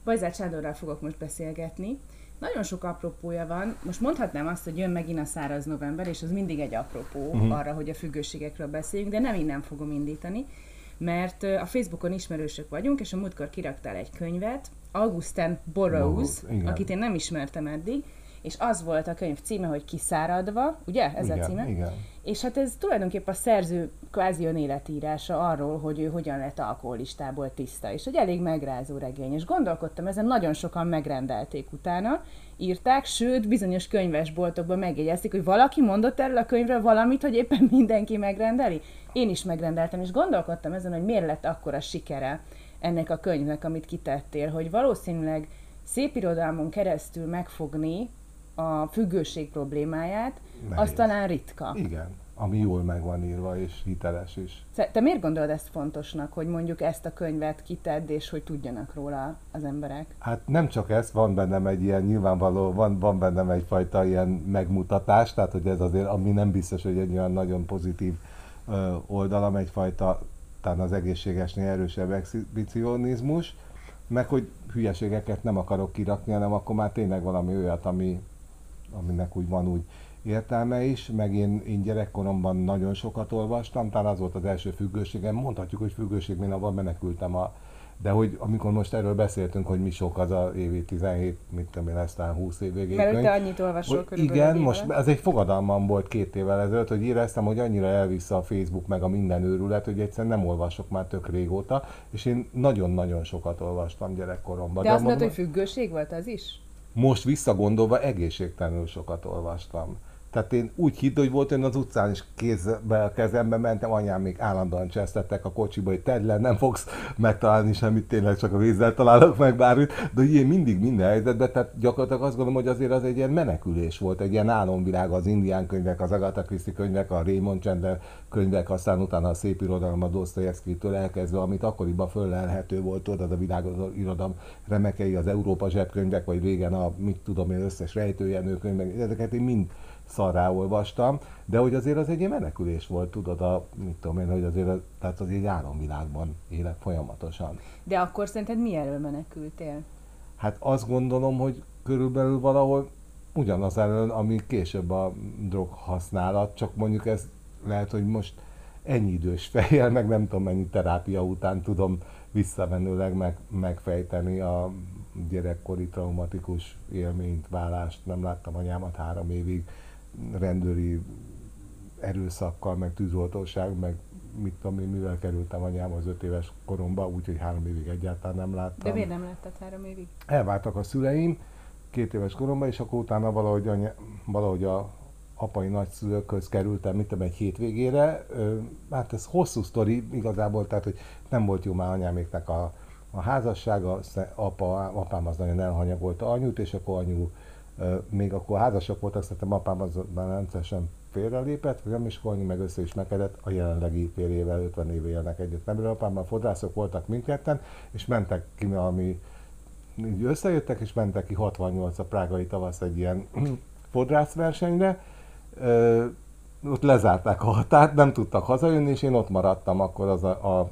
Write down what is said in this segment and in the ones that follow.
Bajzát Sándorral fogok most beszélgetni. Nagyon sok apropója van. Most mondhatnám azt, hogy jön megint a száraz november, és az mindig egy apropó arra, hogy a függőségekről beszéljünk, de nem innen fogom indítani, mert a Facebookon ismerősök vagyunk, és a múltkor kiraktál egy könyvet, Augustin Burroughs, akit én nem ismertem eddig, és az volt a könyv címe, hogy Kiszáradva, ugye? Ez igen, a címe? Igen. És hát ez tulajdonképpen a szerző kvázi önéletírása arról, hogy ő hogyan lett alkoholistából tiszta, és egy elég megrázó regény. És gondolkodtam ezen, nagyon sokan megrendelték utána, írták, sőt, bizonyos könyvesboltokban megjegyezték, hogy valaki mondott erről a könyvről valamit, hogy éppen mindenki megrendeli. Én is megrendeltem, és gondolkodtam ezen, hogy miért lett akkora sikere ennek a könyvnek, amit kitettél, hogy valószínűleg szépirodalmon keresztül megfogni a függőség problémáját, Nehéz. az talán ritka. Igen, ami jól meg van írva, és hiteles is. Te miért gondolod ezt fontosnak, hogy mondjuk ezt a könyvet kitedd, és hogy tudjanak róla az emberek? Hát nem csak ez, van bennem egy ilyen nyilvánvaló, van bennem egyfajta ilyen megmutatás, tehát hogy ez azért, ami nem biztos, hogy egy olyan nagyon pozitív oldalam, egyfajta talán az egészségesnél erősebb exhibicionizmus, meg hogy hülyeségeket nem akarok kirakni, hanem akkor már tényleg valami olyat, aminek úgy van úgy értelme is, meg én gyerekkoromban nagyon sokat olvastam, talán az volt az első függőségem, mondhatjuk, hogy függőség, én abban menekültem de hogy amikor most erről beszéltünk, hogy mi sok az a évi 17, mit tudom én, aztán 20 év végéig. Mert te annyit olvasol körülbelül. Igen, most ez egy fogadalmam volt 2 évvel ezelőtt, hogy éreztem, hogy annyira elvissza a Facebook meg a minden őrület, hogy egyszerűen nem olvasok már tök régóta, és én nagyon-nagyon sokat olvastam gyerekkoromban. De azt mondod, hogy függőség volt az is? Most visszagondolva egészségtelenül sokat olvastam. Tehát én úgy hitt, hogy volt, én az utcán is kézbe a kezembe mentem, anyám még állandóan csesztettek a kocsiba, hogy tedd le, nem fogsz megtalálni semmit, tényleg csak a vízzel találok meg bármit, de én mindig minden helyzetben, tehát gyakorlatilag azt gondolom, hogy azért az egy ilyen menekülés volt, egy ilyen álomvilág, az indián könyvek, az Agatha Christie könyvek, a Raymond Chandler könyvek, aztán utána a szép irodalom, a Dostoyevskytől elkezdve, amit akkoriban föllelhető volt, tudod, a világirodalom remekei, az Európa zsebkönyvek, vagy régen a, mit tudom én, összes rejtőjenő könyvek, ezeket én mind szarrá olvastam, de hogy azért az egy ilyen menekülés volt, tudod, mit tudom én, hogy azért, tehát az egy álomvilágban élek folyamatosan. De akkor szerinted mi elől menekültél? Hát azt gondolom, hogy körülbelül valahol ugyanaz elől, ami később a droghasználat, csak mondjuk ez lehet, hogy most ennyi idős fejjel, meg nem tudom mennyi terápia után tudom visszamenőleg megfejteni a gyerekkori traumatikus élményt, válást. Nem láttam anyámat 3 évig, rendőri erőszakkal, meg tűzoltóság, meg mit tudom én, mivel kerültem anyámhoz 5 éves koromban, úgyhogy 3 évig egyáltalán nem láttam. De miért nem láttad 3 évig? Elváltak a szüleim 2 éves koromban, és akkor utána valahogy a apai nagyszülőkhöz kerültem, mit tudom, egy hétvégére. Hát ez hosszú sztori igazából, tehát hogy nem volt jó már anyáméknek a házassága, apám az nagyon elhanyagolta anyút, és akkor anyu még akkor házasak voltak, szerintem apám az már rendszeresen félrelépett, vagy nem is anyu meg összeismerkedett, a jelenlegi férjével 50 éve élnek együtt. Mert apámmal fodrászok voltak mindketten, és mentek ki, ami így összejöttek, és mentek ki 68 a prágai tavasz egy ilyen fodrászversenyre. Ott lezárták a határt, nem tudtak hazajönni, és én ott maradtam akkor az a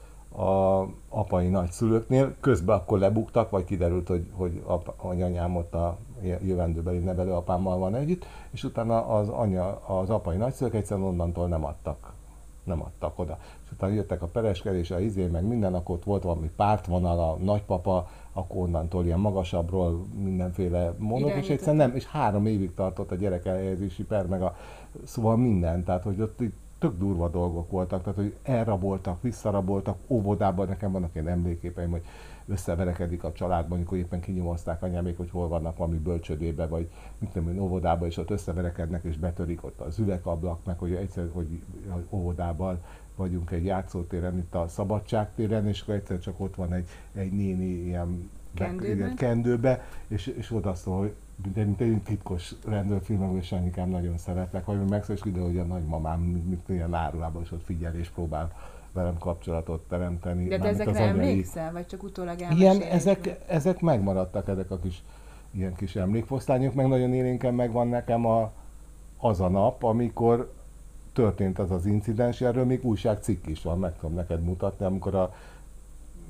apai nagyszülőknél. Közben akkor lebuktak, vagy kiderült, hogy anyám ott a jövendőbeli nevelőapámmal van együtt, és utána az apai nagyszülők egyszerűen onnantól nem adtak oda. És utána jöttek a pereskedés, a meg minden, akkor ott volt valami pártvonal, a nagypapa, akkor onnantól ilyen magasabbról mindenféle mondok, és egyszerűen nem, és 3 évig tartott a gyerek elhelyezési per, szóval minden, tehát hogy ott tök durva dolgok voltak, tehát hogy elraboltak, visszaraboltak, óvodában nekem vannak ilyen emléképeim, hogy összeverekedik a család, mondjuk, hogy éppen kinyomozták anyámék, hogy hol vannak valami bölcsödébe, vagy mit tudom én, óvodában, és ott összeverekednek, és betörik ott az üvegablak, meg hogy egyszer, hogy óvodában vagyunk egy játszótéren, itt a Szabadságtéren, és akkor egyszer csak ott van egy néni ilyen kendőbe, és oda szól, hogy mint egy titkos rendőrfilmekben, és anyikám nagyon szeretnek, vagy megszól, és kiderül, hogy a nagymamám mint ilyen árulában is ott figyel, és próbál velem kapcsolatot teremteni. De te ezekre emlékszel, vagy csak utólag elmeséled? Igen, ezek megmaradtak, ezek a ilyen kis emlékfoszlányok, meg nagyon élénken megvan nekem az a nap, amikor történt az az incidens, erről még újságcikk is van, meg tudom neked mutatni, amikor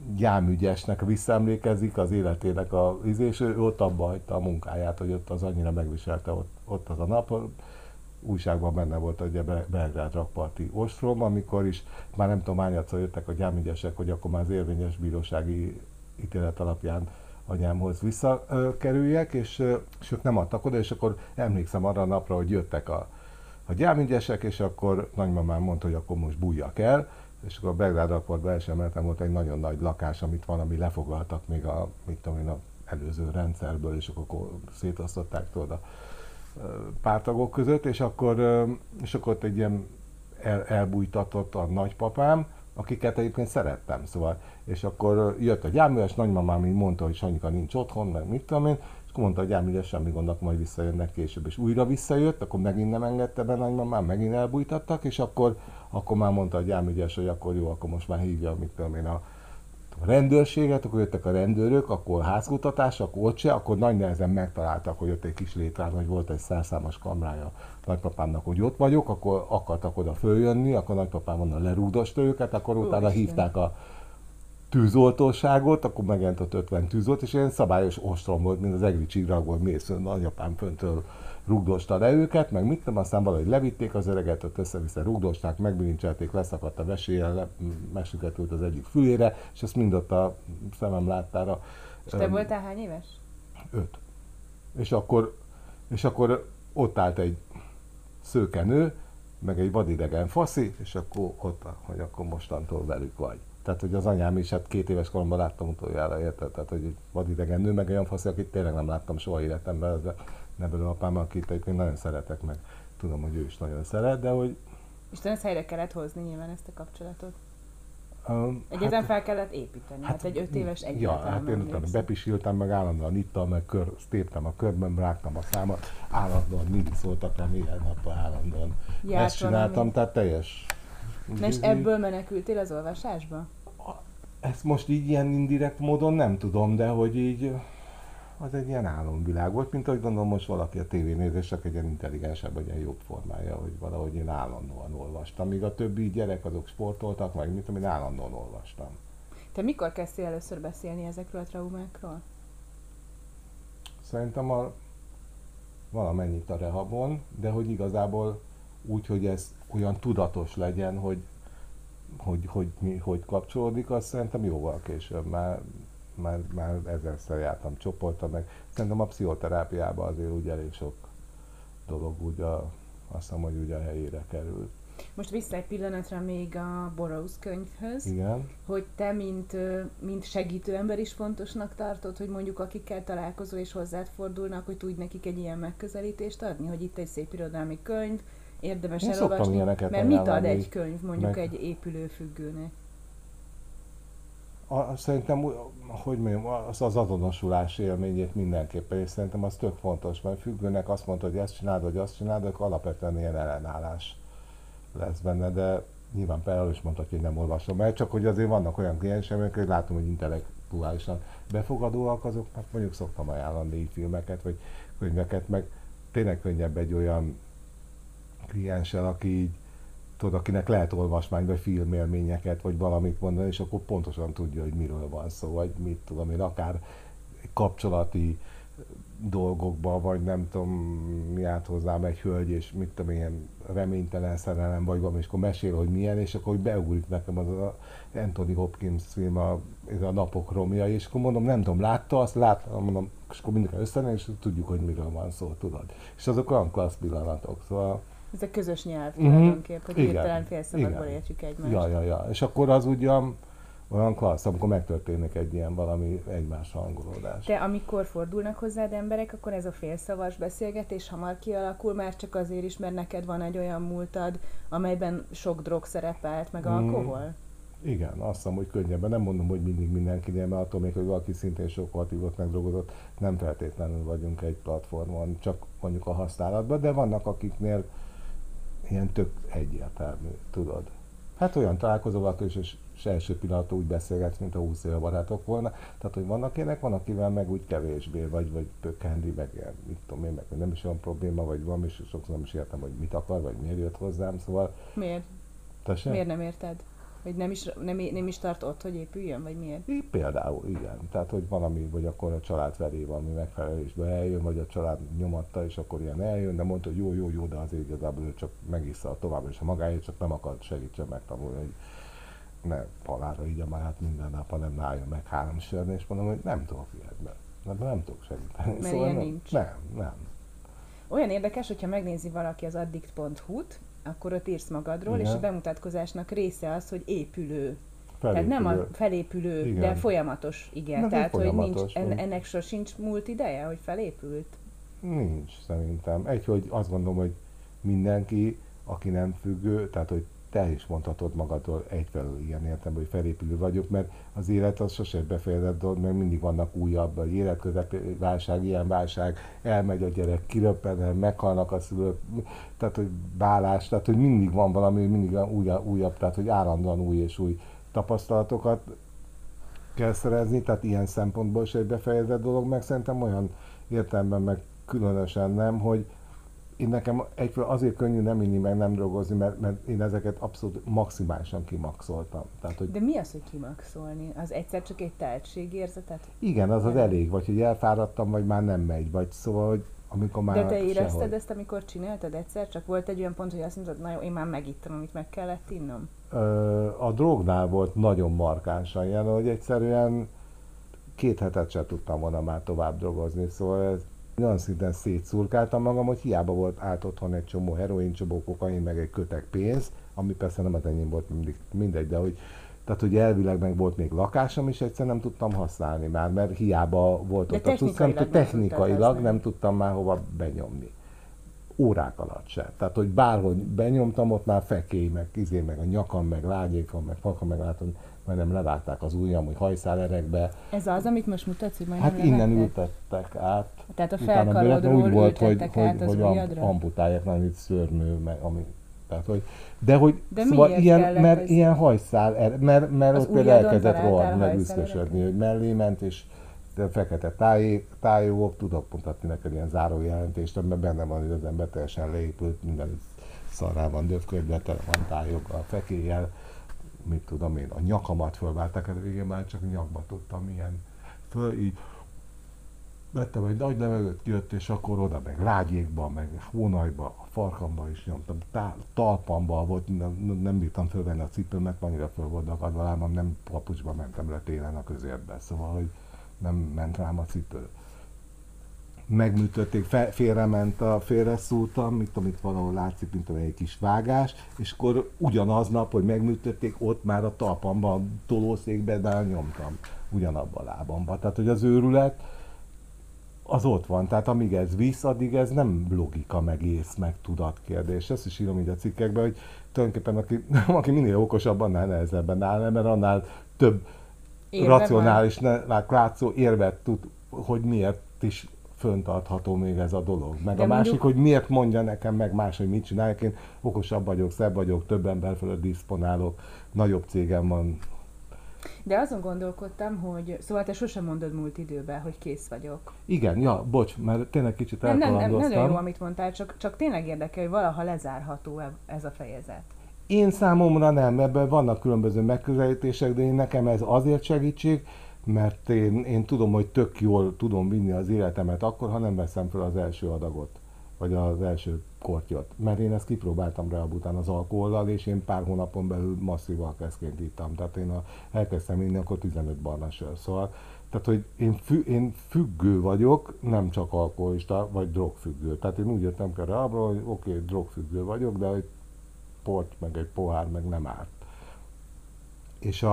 gyámügyesnek visszaemlékezik az életének és ő ott abba hagyta a munkáját, hogy ott az annyira megviselte ott az a nap. Újságban benne volt ugye Belgrád rakparti ostrom, amikor is már nem tudom hányadszor jöttek a gyámügyesek, hogy akkor már az érvényes bírósági ítélet alapján anyámhoz visszakerüljek, és ők nem adtak oda, és akkor emlékszem arra a napra, hogy jöttek a gyámügyesek, és akkor nagymamám mondta, hogy akkor most bújjak el, és akkor a Belgrád rakpartban első emeleten volt egy nagyon nagy lakás, amit valami lefoglaltak még mit tudom én, az előző rendszerből, és akkor szétosztották oda pártagok között, és akkor ott egy ilyen elbújtatott a nagypapám, akiket egyébként szerettem, szóval, és akkor jött a gyámügyes, nagymamám így mondta, hogy Sanyika nincs otthon, meg mit tudom én, és akkor mondta a gyámügyes, semmi gondok, majd visszajönnek később, és újra visszajött, akkor megint nem engedte be nagymamám, megint elbújtattak, és akkor már mondta a gyámügyes, hogy akkor jó, akkor most már hívja, mit tudom én, a rendőrséget, akkor jöttek a rendőrök, akkor házkutatás, akkor ott se, akkor nagy nehezen megtaláltak, hogy ott egy kis létrán, hogy volt egy szerszámos kamrája nagypapámnak, hogy ott vagyok, akkor akartak oda följönni, akkor nagypapám onnan lerúgdosta őket, akkor utána hívták a tűzoltóságot, akkor megjelent ott 50 tűzolt, és ilyen szabályos ostrom volt, mint az egri csíkrakból mész, nagyapám föntől rugdosta le őket, meg mit tudom, aztán valahogy levitték az öreget, ott össze-vissza rugdosták, megbilincselték, leszakadt a vesélyel, megsüketült az egyik fülére, és ezt mind ott a szemem láttára. És te voltál hány éves? 5. És akkor ott állt egy szőkenő, meg egy vadidegen faszi, és akkor ott, hogy akkor mostantól velük vagy. Tehát, hogy az anyám is, hát 2 éves koromban láttam utoljára, érted? Tehát, hogy egy vadidegen nő, meg olyan faszi, akit tényleg nem láttam soha életemben, nevelő apám, akit egyébként nagyon szeretek, meg tudom, hogy ő is nagyon szeret, de hogy... Isten, ezt helyre kellett hozni nyilván ezt a kapcsolatot. Egyáltalán fel kellett építeni, hát egy 5 éves egyáltalán. Ja, hát én utána bepisiltem, meg állandóan ittam, meg téptem a körben, rágtam a számat, állandóan mindig szóltak rám, ilyen nappal állandóan. Ezt csináltam, tehát teljes... Na és ebből menekültél az olvasásba? Ezt most így ilyen indirekt módon nem tudom, de hogy így... Az egy ilyen álomvilág volt, mint ahogy gondolom most valaki a tévénézés csak egy ilyen intelligensebb, vagy ilyen jobb formája, hogy valahogy én állandóan olvastam. Míg a többi gyerek azok sportoltak, meg mit tudom, én állandóan olvastam. Te mikor kezdtél először beszélni ezekről a traumákról? Szerintem valamennyit a rehabon, de hogy igazából úgy, hogy ez olyan tudatos legyen, hogy kapcsolódik, azt szerintem jóval később már ezerszer jártam csoportra, meg szerintem a pszichoterápiában azért úgy elég sok dolog azt hiszem, hogy úgy a helyére került. Most vissza egy pillanatra még a Burroughs könyvhöz. Igen. Hogy te, mint segítő ember is fontosnak tartod, hogy mondjuk akikkel találkozol és hozzád fordulnak, hogy tudj nekik egy ilyen megközelítést adni, hogy itt egy szép irodalmi könyv, érdemes elolvasni, mert mit ad egy könyv mondjuk egy épülőfüggőnek? Szerintem, hogy mondjam, az azonosulás élményét mindenképpen, és szerintem az tök fontos, mert függőnek azt mondta, hogy ezt csináld, vagy azt csináld, akkor alapvetően ilyen ellenállás lesz benne, de nyilván például is mondhatja, hogy nem olvasom el, csak hogy azért vannak olyan kliensemek, hogy látom, hogy intellektuálisan befogadóak, azoknak mondjuk szoktam ajánlani így filmeket, vagy könyveket, meg tényleg könnyebb egy olyan klienssel, aki így tudod, akinek lehet olvasmány, vagy filmélményeket, vagy valamit mondani, és akkor pontosan tudja, hogy miről van szó, vagy mit tudom én, akár kapcsolati dolgokban, vagy nem tudom, mi át hozzám egy hölgy, és mit tudom, ilyen reménytelen szerelem, vagy valami, és akkor mesél, hogy milyen, és akkor beugrik nekem az Anthony Hopkins film, a Napok romja, és akkor mondom, nem tudom, látta, azt láttam, mondom, és akkor mindenki összenél, és tudjuk, hogy miről van szó, tudod. És azok olyan klassz pillanatok, szóval ez a közös nyelv tulajdonképp, hogy igen, hirtelen félszavakból értjük egymást. Ja. És akkor az ugyan olyan klassz, amikor megtörténik egy ilyen valami egymás hangolódás. Te amikor fordulnak hozzád emberek, akkor ez a félszavas beszélgetés hamar kialakul, már csak azért is, mert neked van egy olyan múltad, amelyben sok drog szerepelt, meg alkohol? Igen, azt hiszem, hogy könnyebben. Nem mondom, hogy mindig mindenkinél, mert attól még, hogy valaki szintén sokkal ívott, meg drogozott, nem feltétlenül vagyunk egy platformon, csak mondjuk a használatban, de vannak akiknél ilyen tök egyértelmű, tudod. Hát olyan találkozóval és első pillanattól úgy beszélgetsz, mint a 20 éve barátok volna. Tehát, hogy vannak ilyenek, van, akivel meg úgy kevésbé, vagy tök handy, meg ilyen, mit tudom én, meg nem is olyan probléma, vagy van, és sokszor nem is értem, hogy mit akar, vagy miért jött hozzám, szóval... Miért? Tessék? Miért nem érted? Vagy nem is tart ott, hogy épüljön, vagy miért? Így például, igen. Tehát, hogy valami, vagy akkor a család felé valami megfelelésbe eljön, vagy a család nyomatta, és akkor ilyen eljön, de mondta, hogy jó, de azért igazából ő csak megissza továbbra is a magáért, csak nem akart segítsen megtanulni, hogy ne halálra így a magát minden nap, hanem álljon meg 3 sörni, és mondom, hogy nem tudok ilyet, nem tudok segíteni. Mert ilyen nincs. Nem. Olyan érdekes, hogyha megnézi valaki az addict.hu-t, akkor ott írsz magadról, igen. És a bemutatkozásnak része az, hogy épülő. Felépülő. Tehát nem a felépülő, igen. De folyamatos, igen. Na, tehát, folyamatos, hogy ennek sincs múlt ideje, hogy felépült? Nincs, szerintem. Hogy azt gondolom, hogy mindenki, aki nem függő, tehát, hogy te is mondhatod magadról egyfelől ilyen értelemben, hogy felépülő vagyok, mert az élet az sose befejezett dolog, mert mindig vannak újabb, az életközepi válság, ilyen válság, elmegy a gyerek, kiröppen, meghalnak a szülők, tehát, hogy válás, tehát, hogy mindig van valami, mindig újabb, tehát, hogy állandóan új és új tapasztalatokat kell szerezni, tehát ilyen szempontból is egy befejezett dolog, meg szerintem olyan értelemben meg különösen nem, hogy én nekem azért könnyű nem inni, meg nem drogozni, mert én ezeket abszolút maximálisan kimaxoltam. Tehát, hogy de mi az, hogy kimaxolni? Az egyszer csak egy tehetségérzetet? igen, az elég, vagy hogy elfáradtam, vagy már nem megy, vagy szóval, hogy amikor már de te érezted sehogy. ezt, amikor csináltad egyszer? Csak volt egy olyan pont, hogy azt mondtad, na jó, én már megittem, amit meg kellett innom? A drognál volt nagyon markánsan ilyen, hogy egyszerűen 2 hetet sem tudtam volna már tovább drogozni, szóval ez olyan szinten szétszurkáltam magam, hogy hiába volt állt otthon egy csomó heroincsomó, kokain, meg egy kötek pénz, ami persze nem az enyém volt mindegy, de hogy elvileg meg volt még lakásom, és egyszer nem tudtam használni már, mert hiába volt de ott a cuccom, technikailag nem tudtam már hova benyomni. Órák alatt se. Tehát, hogy bárhogy benyomtam, ott már fekély, meg a nyakam, meg lágyékom, meg fakam, meg látom, majdnem levágták az ujjam, hogy hajszál erekbe. Ez az, amit most mutatsz, hogy majdnem hát innen ültettek át. Tehát a felkarodról úgy volt, ültettek át az ujjadra? amputálják, nem itt szörmű, meg ami. Tehát, hogy de szóval ilyen, mert ez? ilyen hajszál, mert ott például elkezdett rohanni, meg üszkösödni, hogy mellé ment, és fekete tájogok, tudok mutatni neked ilyen zárójelentést, amiben benne van, hogy az ember teljesen leépült, minden szarrában döfködve, tele van tájoggal, fekélyel, mit tudom én, a nyakamat fölválták, hát végén már csak nyakba tudtam ilyen föl, így vettem egy nagy levegőt, kijött, és akkor oda meg lágyékban, meg hónajba, a farkamban is nyomtam, talpamban volt, nem bírtam fölvenni a cipőmet, annyira föl volt akadva lábam, nem papucsba mentem le télen a közértbe, szóval, hogy nem ment rám a cipő. Megműtötték, félrement félreszúrtam, mit tudom, itt valahol látszik, mint egy kis vágás, és akkor ugyanaznap, hogy megműtötték, ott már a talpamban, tolószékben, de nyomtam ugyanabban a lábamba. Tehát, hogy az őrület az ott van, tehát amíg ez visz, addig ez nem logika, meg ész, meg tudatkérdés. Ezt is írom így a cikkekben, hogy tulajdonképpen aki minél okosabb, annál nehezebben áll, mert annál több racionális, látszó érvet tud, hogy miért is föntartható még ez a dolog. Meg de a másik, hogy miért mondja nekem meg más, hogy mit csináljak. Én okosabb vagyok, szebb vagyok, több ember fölött diszponálok, nagyobb cégem van. De azon gondolkodtam, hogy szóval te sosem mondod múlt időben, hogy kész vagyok. Igen, ja, bocs, mert tényleg kicsit elkalandoztam. Nem, nagyon jó, amit mondtál, csak tényleg érdekel, hogy valaha lezárható ez a fejezet. Én számomra nem, ebben vannak különböző megközelítések, de nekem ez azért segítség, mert én tudom, hogy tök jól tudom vinni az életemet akkor, ha nem veszem fel az első adagot, vagy az első kortyot. Mert én ezt kipróbáltam rehab az alkohollal, és én pár hónapon belül masszív alkezként ittam. Tehát én elkezdtem inni, akkor 15 barna sör. Szóval, tehát, hogy én függő vagyok, nem csak alkoholista, vagy drogfüggő. Tehát én úgy jöttem ki a rehabról, hogy oké, drogfüggő vagyok, de egy port, meg egy pohár, meg nem árt. És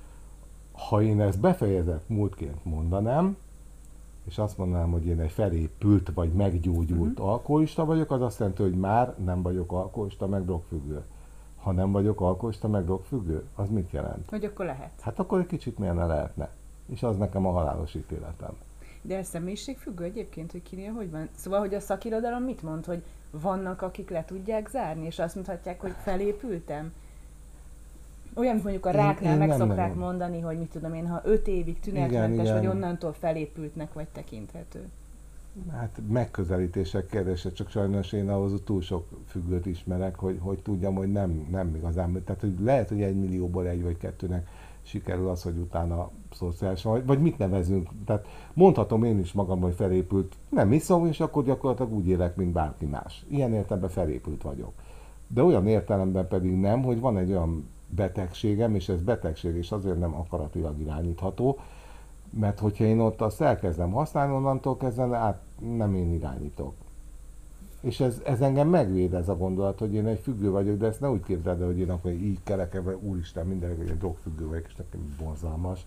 ha én ezt befejezett múltként mondanám, és azt mondanám, hogy én egy felépült vagy meggyógyult alkoholista vagyok, az azt jelenti, hogy már nem vagyok alkoholista, meg drogfüggő. Ha nem vagyok alkoholista, meg drogfüggő, az mit jelent? Hogy akkor lehet. Hát akkor egy kicsit milyen lehetne. És az nekem a halálos ítéletem. De ez személyiségfüggő egyébként, hogy kinél hogy van? Szóval, hogy a szakirodalom mit mond, hogy vannak, akik le tudják zárni, és azt mondhatják, hogy felépültem? Olyan, mint mondjuk a ráknál meg szokták mondani, hogy mit tudom én, ha 5 évig tünetmentes, vagy onnantól felépültnek vagy tekinthető. Hát megközelítések kérdése, csak sajnos én ahhoz túl sok függőt ismerek, hogy tudjam, hogy nem igazán. Tehát hogy lehet, hogy 1 millióból 1 vagy 2-nek sikerül az, hogy utána szociálisan, vagy mit nevezünk. Tehát mondhatom én is magam, hogy felépült, nem iszom, és akkor gyakorlatilag úgy élek, mint bárki más. Ilyen értelemben felépült vagyok. De olyan értelemben pedig nem, hogy van egy olyan betegségem, és ez betegség, és azért nem akaratilag irányítható, mert hogyha én ott azt elkezdem használni, onnantól kezdve nem én irányítok. És ez engem megvéd, ez a gondolat, hogy én egy függő vagyok, de ezt ne úgy képzeld el, hogy én akkor így kerekedve, úristen, mindenki, hogy egy drogfüggő vagyok, és nekem borzalmas.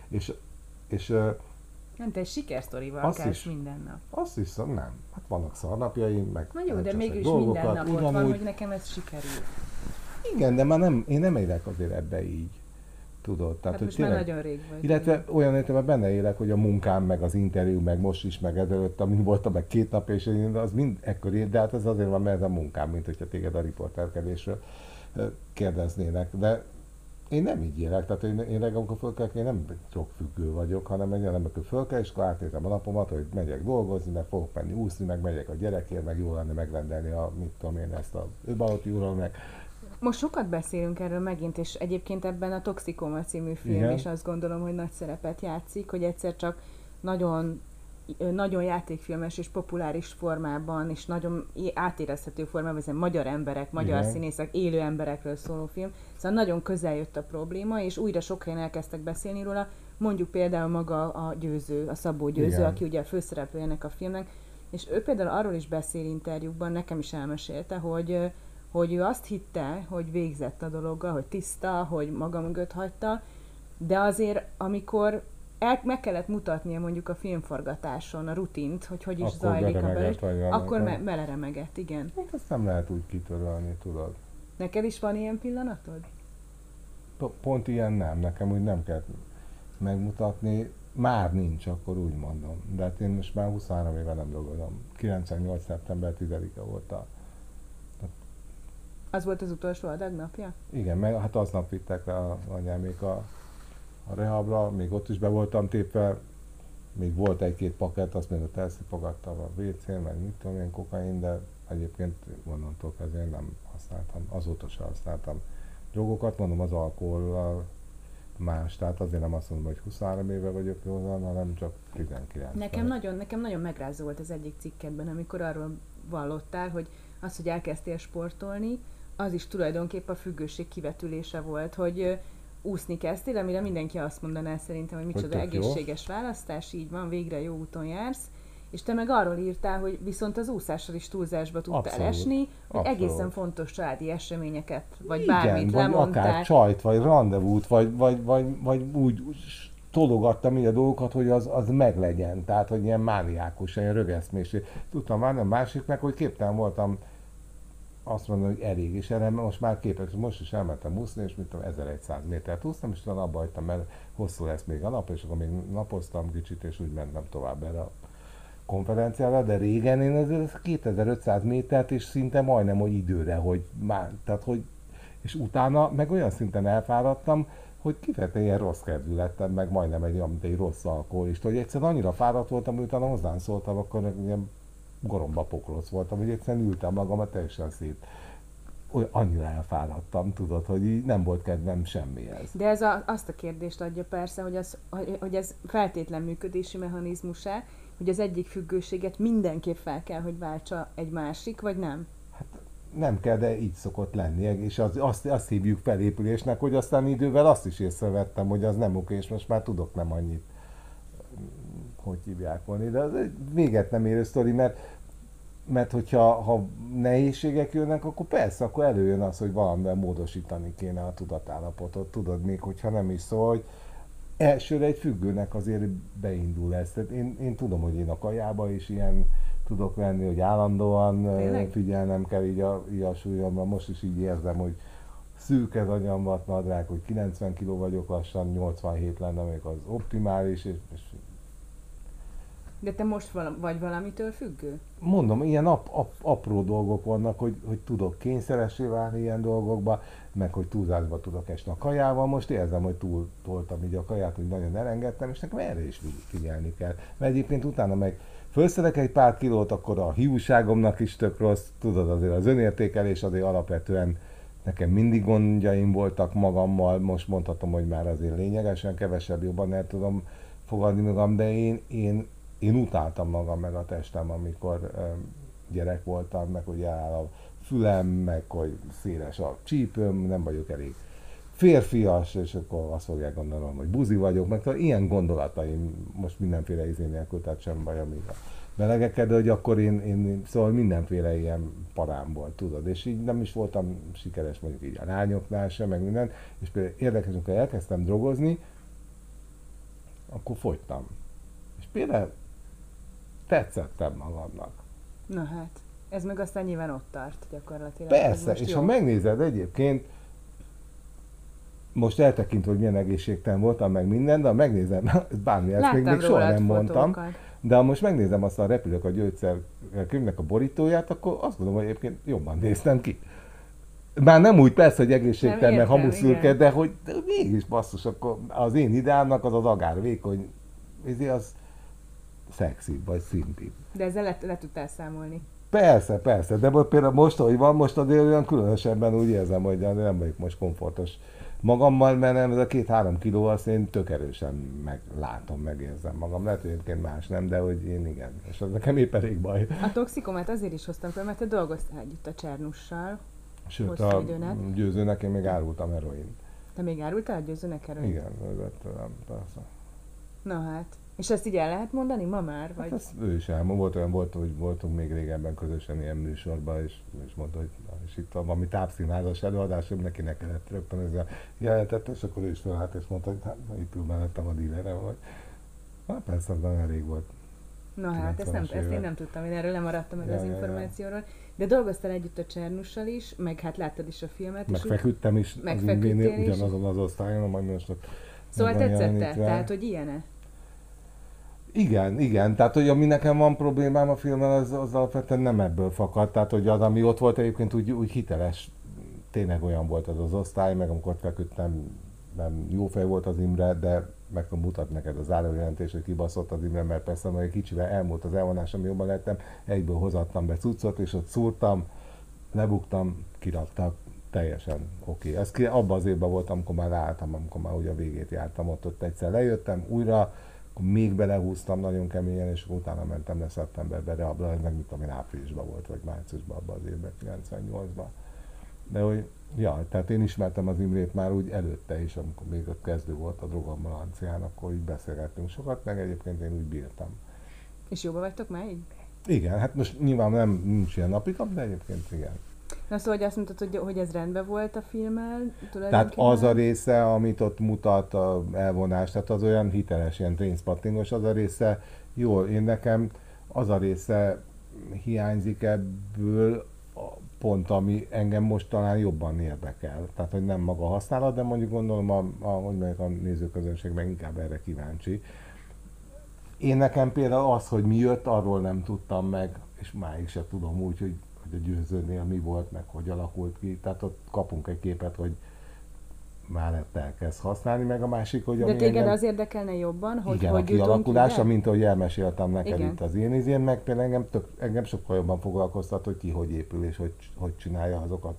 És Nem, te egy sikersztorival kelsz minden nap. azt hiszem, nem. Hát vannak szarnapjaim, meg Na jó, de mégis dolgokat, minden napot ugyanúgy, van, hogy nekem ez sikerül. Igen, de már én nem élek azért ebbe így. Tudod, tehát, Hát hogy most tényleg, már nagyon rég vagy. illetve olyan értelemben benne élek, hogy a munkám, meg az interjú, meg most is, meg ezelőtt, amin voltam, meg 2 nap, és az mind ekkor ér, de hát ez azért van, mert ez a munkám, mint hogyha téged a riporterkedésről kérdeznének. De én nem így élek, tehát én reggel, amikor fölkelek, én nem drogfüggő vagyok, hanem egy olyan, amikor fölkel, és akkor átnézem a napomat, hogy megyek dolgozni, meg fogok menni úszni, meg megyek a gyerekért, meg jó lenne megrendelni mit tudom én, ezt a About You-ról, meg Most sokat beszélünk erről megint, és egyébként ebben a Toxikoma című film igen. is azt gondolom, hogy nagy szerepet játszik, hogy egyszer csak nagyon, nagyon játékfilmes és populáris formában, és nagyon átérezhető formában, ez magyar emberek, magyar Igen. színészek, élő emberekről szóló film, szóval nagyon közel jött a probléma, és újra sok helyen elkezdtek beszélni róla, mondjuk például maga a Győző, a Szabó Győző, Igen. aki ugye a főszereplője ennek a filmnek, és ő például arról is beszél interjúkban, nekem is elmesélte, hogy ő azt hitte, hogy végzett a dologgal, hogy tiszta, hogy maga mögött hagyta, de azért, amikor meg kellett mutatnia mondjuk a filmforgatáson a rutint, hogy is Akkor zajlik a belemegett, belőle, vagy akkor valami. beleremegett, igen. Hát ezt nem lehet úgy kitörölni, tudod. Neked is van ilyen pillanatod? Pont ilyen nem, nekem úgy nem kell megmutatni, már nincs, akkor úgy mondom. De hát én most már 23 éve nem dolgozom. 98. szeptember 10-e volt Az volt az utolsó adagnapja? igen, meg hát aznap vittek le a anyámék a rehabra, még ott is be voltam tépve, még volt 1-2 pakett, azt még ott elszipogattam a WC-n, meg mit tudom én, kokain, de egyébként onnantól kezdve én nem használtam, azóta sem használtam drogokat, mondom az alkohollal más, tehát azért nem azt mondom, hogy 23 éve vagyok józan, hanem csak 19. Nekem nagyon megrázó volt az egyik cikkedben, amikor arról vallottál, hogy az, hogy elkezdtél sportolni, az is tulajdonképp a függőség kivetülése volt, hogy úszni kezdtél, amire mindenki azt mondaná szerintem, hogy micsoda tök jó. egészséges választás, így van, végre jó úton jársz, és te meg arról írtál, hogy viszont az úszással is túlzásba tudtál Abszolút. esni, hogy Abszolút. egészen fontos családi eseményeket, vagy Igen, bármit vagy lemondtál. akár csajt, vagy rendezvút, vagy úgy tologattam így a dolgokat, hogy az meglegyen. Tehát, hogy ilyen mániákus, ilyen rögeszmés. Tudtam már, nem másik meg, hogy képtelen voltam azt mondani, hogy elég, és erre most már képes, most is elmentem úszni, és mit tudom, 1100 métert úsztam, és talán abba hagytam, mert hosszú lesz még a nap, és akkor még napoztam kicsit, és úgy mentem tovább erre a konferenciára, de régen én az 2500 métert, és szinte majdnem, hogy időre, hogy már, tehát hogy, és utána meg olyan szinten elfáradtam, hogy kifejezetten ilyen rossz kedvű lettem, meg majdnem mint egy rossz alkoholista, hogy egyszerűen annyira fáradt voltam, hogy utána hozzám szóltam, akkor ilyen goromba pokroc voltam, hogy egyszerűen ültem magamat teljesen szét. Annyira elfáradtam, tudod, hogy így nem volt kedvem semmihez. De ez azt a kérdést adja persze, hogy ez feltétlen működési mechanizmus-e, hogy az egyik függőséget mindenképp fel kell, hogy váltsa egy másik, vagy nem? Hát nem kell, de így szokott lenni, és azt hívjuk felépülésnek, hogy aztán idővel azt is észrevettem, hogy az nem oké, és most már tudok nem annyit, hogy hívják volna, de az egy véget nem érő sztori, mert hogyha nehézségek jönnek, akkor persze, akkor előjön az, hogy valamivel módosítani kéne a tudatállapotot, tudod, még hogyha nem is szól, hogy elsőre egy függőnek azért beindul ez. Tehát én tudom, hogy én a kajába is ilyen tudok venni, hogy állandóan Tényleg? figyelnem kell így a súlyomra. Most is így érzem, hogy szűk ez a nyomvatnadrág, hogy 90 kg vagyok lassan, 87 lenne még az optimális, és De te most vagy valamitől függő? Mondom, ilyen apró dolgok vannak, hogy tudok kényszeressé válni ilyen dolgokba, meg hogy túlzásba tudok esni a kajával. Most érzem, hogy túl toltam így a kaját, hogy nagyon elengedtem, és nekem erre is figyelni kell. Mert egyébként utána meg fölszedek egy pár kilót, akkor a hiúságomnak is tök rossz. Tudod, azért az önértékelés azért alapvetően nekem mindig gondjaim voltak magammal, most mondhatom, hogy már azért lényegesen kevesebb, jobban el tudom fogadni magam, de én utáltam magam meg a testem, amikor gyerek voltam, meg hogy áll a fülem, meg hogy széles a csípőm, nem vagyok elég férfias, és akkor azt fogják gondolnom, hogy buzi vagyok, meg tehát ilyen gondolataim most mindenféle izé nélkül, tehát sem baj, amíg a melegekkel, de hogy akkor én szóval mindenféle ilyen parám volt, tudod, és így nem is voltam sikeres mondjuk így a lányoknál sem, meg minden, és például érdekes, amikor elkezdtem drogozni, akkor fogytam. És például tetszettem magamnak. Na hát, ez meg aztán nyilván ott tart gyakorlatilag. Persze, és jó. Ha megnézed egyébként, most eltekintve, hogy milyen egészségtelen voltam, meg minden, de ha megnézem, bármi, ezt még soha nem mondtam, de ha most megnézem azt a Repülök a gyógyszer könyvnek a borítóját, akkor azt gondolom, hogy egyébként jobban néztem ki. Már nem úgy persze, hogy egészségtelen, meg hamuszürke, de hogy mégis basszus, akkor az én ideámnak az az agár vékony, az szexibb, vagy szintibb. De ezzel le tudtál számolni. Persze, de például most, hogy van, most azért olyan különösebben úgy érzem, hogy nem vagyok most komfortos magammal, mert nem, ez a 2-3 kiló, azt én tök erősen meglátom, megérzem magam. Lehet, hogy egyébként más nem, de hogy én igen. És az nekem épp elég baj. A toxikomát azért is hoztam fel, mert te dolgoztál együtt a Csernussal. Sőt, a Győzőnek én még árultam heroint. Te még árultál a Győzőnek heroint? Igen, persze. Na hát. És ezt így el lehet mondani ma már? Vagy? Hát ő is elmondta, volt, hogy voltunk még régebben közösen ilyen műsorban, és mondta, hogy és itt van valami tápszínházas előadás, hogy neki ne kellett rögtön ezzel jelentette, és akkor ő is felállt, és mondta, hogy hát itt ül mellettem a dílerem, vagy hát persze, az nagyon elég volt. Na hát, ezt én nem tudtam, én erről lemaradtam meg az információról. De dolgoztál együtt a Csernussal is, meg hát láttad is a filmet. Megfeküdtem is az Imrénél, ugyanazon az osztályon, majd most ott. Szóval tetszett-e? Tehát, hogy ilyen-e? Igen, tehát hogy ami nekem van problémám a filmen, az alapvetően nem ebből fakad, tehát hogy az, ami ott volt egyébként úgy hiteles, tényleg olyan volt az osztály, meg amikor ott feküdtem, nem jó fej volt az Imre, de meg tudom mutatni neked az zárójelentés, hogy kibaszott az Imre, mert persze majd egy kicsivel elmúlt az elvonás, ami jobban lettem, egyből hozattam be cuccot, és ott szúrtam, lebuktam, kiraktak, teljesen oké. Ez abban az évben voltam, amikor már leálltam, amikor már ugye a végét jártam, ott egyszer lejöttem, újra, akkor még belehúztam nagyon keményen, és utána mentem le szeptemberbe, de abban meg mit tudom én, áprilisban volt, vagy márciusban abban az évben, 98-ban. De hogy, ja, tehát én ismertem az Imrét már úgy előtte is, amikor még ott kezdő volt a Drogambulancián, akkor így beszélgettünk sokat, meg egyébként én úgy bírtam. És jobban vagytok már így? Igen, hát most nyilván nincs ilyen napikap, de egyébként igen. Na szóval, hogy azt mondtad, hogy ez rendben volt a filmmel? Tehát az a része, amit ott mutat a elvonás, tehát az olyan hiteles, ilyen trainspottingos, az a része, jó, én nekem az a része hiányzik ebből, pont ami engem most talán jobban érdekel. Tehát, hogy nem maga a használat, de mondjuk gondolom a nézőközönség meg inkább erre kíváncsi. Én nekem például az, hogy mi jött, arról nem tudtam meg, és máig se tudom úgy, hogy a Győzőnél mi volt, meg hogy alakult ki. Tehát ott kapunk egy képet, hogy már elkezd használni, meg a másik, hogy... De téged az érdekelne jobban, hogy igen, hogy jutunk kialakulása, ide? mint ahogy elmeséltem neked igen. Itt az én izén, meg például engem sokkal jobban foglalkoztat, hogy ki hogy épül, és hogy csinálja azokat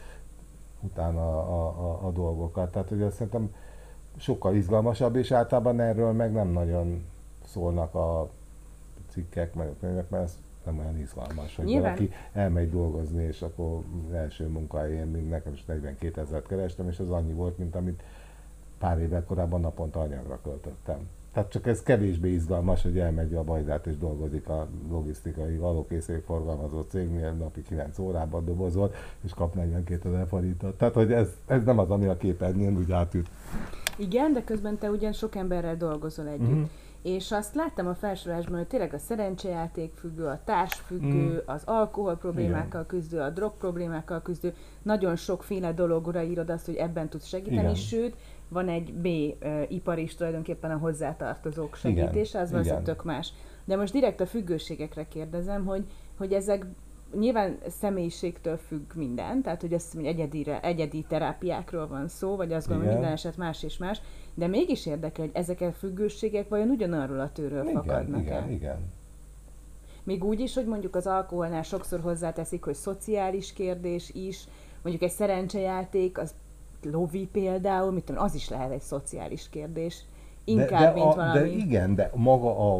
utána a dolgokat. Tehát, hogy azt szerintem sokkal izgalmasabb, és általában erről meg nem nagyon szólnak a cikkek, meg a könyvek, mert ez nem olyan izgalmas, hogy nyilván. Valaki elmegy dolgozni, és akkor első munkahelyén, mint nekem is 42 000 kerestem, és az annyi volt, mint amit pár évvel korábban naponta anyagra költöttem. Tehát csak ez kevésbé izgalmas, hogy elmegy a Bajdát és dolgozik a logisztikai valókészülék forgalmazó cégnél, napi 9 órában dobozol, és kap 42 000 forintot. Tehát, hogy ez nem az, ami a képernyőn úgy átüt. Igen, de közben te ugyan sok emberrel dolgozol együtt. Mm-hmm. És azt láttam a felsorolásban, hogy tényleg a szerencsejáték függő, a társfüggő, az alkohol problémákkal küzdő, a drog problémákkal küzdő, nagyon sokféle dologra írod azt, hogy ebben tudsz segíteni, sőt, van egy B ipar is tulajdonképpen a hozzátartozók segítése, az valószínűleg tök más. De most direkt a függőségekre kérdezem, hogy ezek nyilván személyiségtől függ minden, tehát hogy azt mondja, hogy egyedi terápiákról van szó, vagy azt gondolom, minden eset más és más, de mégis érdekel, hogy ezek a függőségek vajon ugyanarról a tőről fakadnak el. Igen. Még úgy is, hogy mondjuk az alkoholnál sokszor hozzáteszik, hogy szociális kérdés is, mondjuk egy szerencsejáték, az lovi például, mit tudom, az is lehet egy szociális kérdés. Inkább, mint valami... De igen, de maga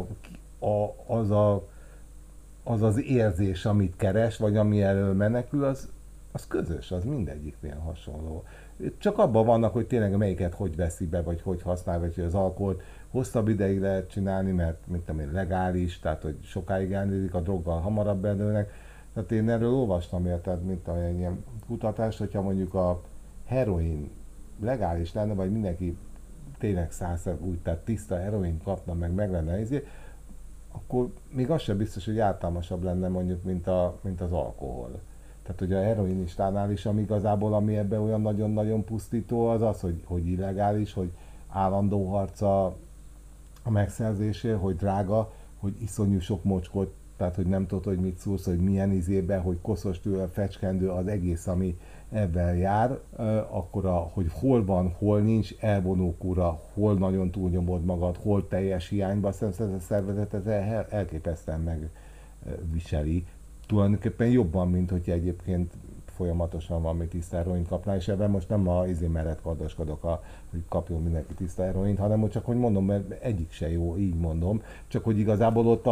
az az érzés, amit keres, vagy ami elől menekül, az közös, az mindegyiknél hasonló. Csak abban vannak, hogy tényleg melyiket hogy veszi be, vagy hogy használ, vagy hogy az alkoholt hosszabb ideig lehet csinálni, mert mint tudom én, legális, tehát hogy sokáig elnézik, a droggal hamarabb elnőnek. Tehát én erről olvastam, érted, mint olyan ilyen kutatást, hogyha mondjuk a heroin legális lenne, vagy mindenki tényleg 100% úgy, tehát tiszta heroin kapna, meg lenne ezért, akkor még az sem biztos, hogy ártalmasabb lenne mondjuk, mint az alkohol. Tehát ugye a heroinistánál is, ami igazából, ami ebben olyan nagyon-nagyon pusztító, az, hogy illegális, hogy állandó harca a megszerzésé, hogy drága, hogy iszonyú sok mocskot, tehát hogy nem tudod, hogy mit szúrsz, hogy milyen izébe, hogy koszos tőle, fecskendő, az egész, ami ebben jár, akkor hogy hol van, hol nincs, elvonókúra, hol nagyon túlnyomod magad, hol teljes hiányba, szerintem ez a szervezet ez elképesztően megviseli. Tulajdonképpen jobban, mint hogyha egyébként folyamatosan valami tiszta heroint kapná, és ebben most nem mellett kardoskodok, hogy kapjon mindenki tiszta heroint, hanem csak, hogy mondom, mert egyik se jó, így mondom, csak hogy igazából ott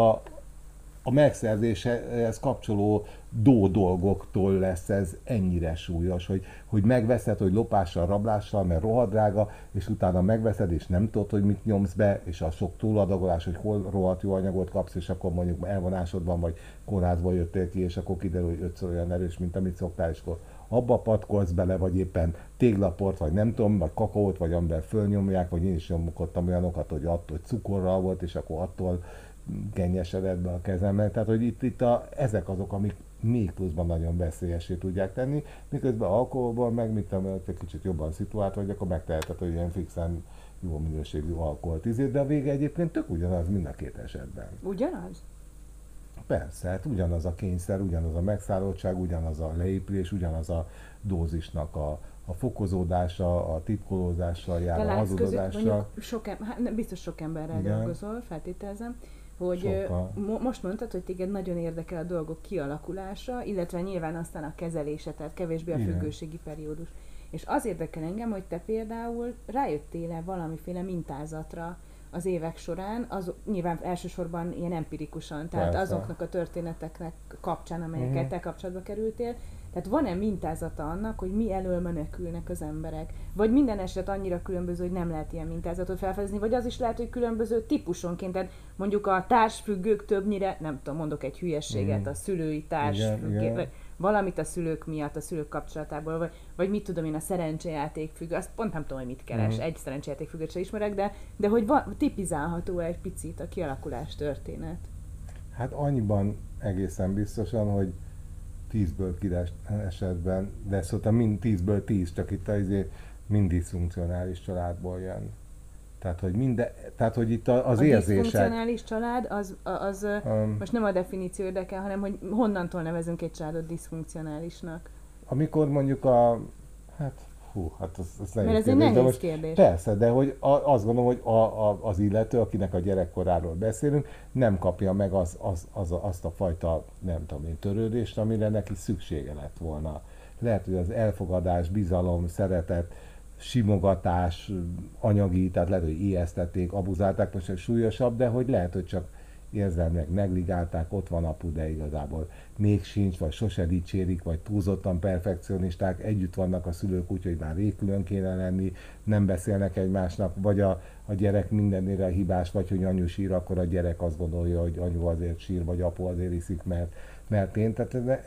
a megszerzéshez kapcsoló dolgoktól lesz ez ennyire súlyos, hogy megveszed, hogy lopással, rablással, mert rohadrága, és utána megveszed, és nem tudod, hogy mit nyomsz be, és a sok túladagolás, hogy hol rohadt jó anyagot kapsz, és akkor mondjuk elvonásod van, vagy kórházba jöttél ki, és akkor kiderül, hogy 5-ször olyan erős, mint amit szoktál, és akkor abba patkolsz bele, vagy éppen téglaport, vagy nem tudom, vagy kakaót, vagy amiben fölnyomják, vagy én is nyomkodtam olyanokat, hogy attól, hogy cukorral volt, és akkor attól gennyesedett be a kezembe. Tehát, hogy itt ezek azok, amik még pluszban nagyon veszélyessé tudják tenni, miközben alkoholban meg, mit tudom, egy kicsit jobban szituált vagy, akkor megteheted, hogy ilyen fixen jó minőségű alkoholt izét, de a vége egyébként tök ugyanaz mind a két esetben. Ugyanaz? Persze, hát ugyanaz a kényszer, ugyanaz a megszállottság, ugyanaz a leépülés, ugyanaz a dózisnak a fokozódása, a titkolózással jár, a hazudozással. Biztos sok emberrel dolgozol, feltételezem, hogy most mondtad, hogy téged nagyon érdekel a dolgok kialakulása, illetve nyilván aztán a kezelése, tehát kevésbé a függőségi periódus. És az érdekel engem, hogy te például rájöttél-e valamiféle mintázatra az évek során, az nyilván elsősorban ilyen empirikusan, tehát azoknak a történeteknek kapcsán, amelyekkel te kapcsolatba kerültél. Tehát van-e mintázata annak, hogy mi elől menekülnek az emberek? Vagy minden eset annyira különböző, hogy nem lehet ilyen mintázatot felfedezni, vagy az is lehet, hogy különböző típusonként, tehát mondjuk a társfüggők többnyire, nem tudom, mondok egy hülyességet, a szülői társfüggő, vagy valamit a szülők miatt, a szülők kapcsolatából, vagy mit tudom én, a szerencsejátékfüggő, azt pont nem tudom, hogy mit keres, egy szerencsejátékfüggőt sem ismerek, de hogy tipizálható egy picit a kialakulás történet. Hát annyiban egészen biztosan, hogy 10-ből 9 esetben, de szóval mind 10-ből 10, csak itt mind diszfunkcionális családból jön. Tehát, hogy itt az a érzések... A diszfunkcionális család, az most nem a definíció érdekel, hanem hogy honnantól nevezünk egy családot diszfunkcionálisnak. Amikor mondjuk az mert ez egy nehéz kérdés. Persze, de hogy azt gondolom, hogy az illető, akinek a gyerekkoráról beszélünk, nem kapja meg azt a fajta, nem tudom én, törődést, amire neki szüksége lett volna. Lehet, hogy az elfogadás, bizalom, szeretet, simogatás, anyagi, tehát lehet, hogy ijesztették, abuzálták, most egy súlyosabb, de hogy lehet, hogy csak érzelmileg negligálták, ott van apu, de igazából még sincs, vagy sose dicsérik, vagy túlzottan perfekcionisták, együtt vannak a szülők úgy, hogy már rég külön kéne lenni, nem beszélnek egymásnak, vagy a gyerek mindenére hibás, vagy hogy anyu sír, akkor a gyerek azt gondolja, hogy anyu azért sír, vagy apu azért iszik, mert én, tehát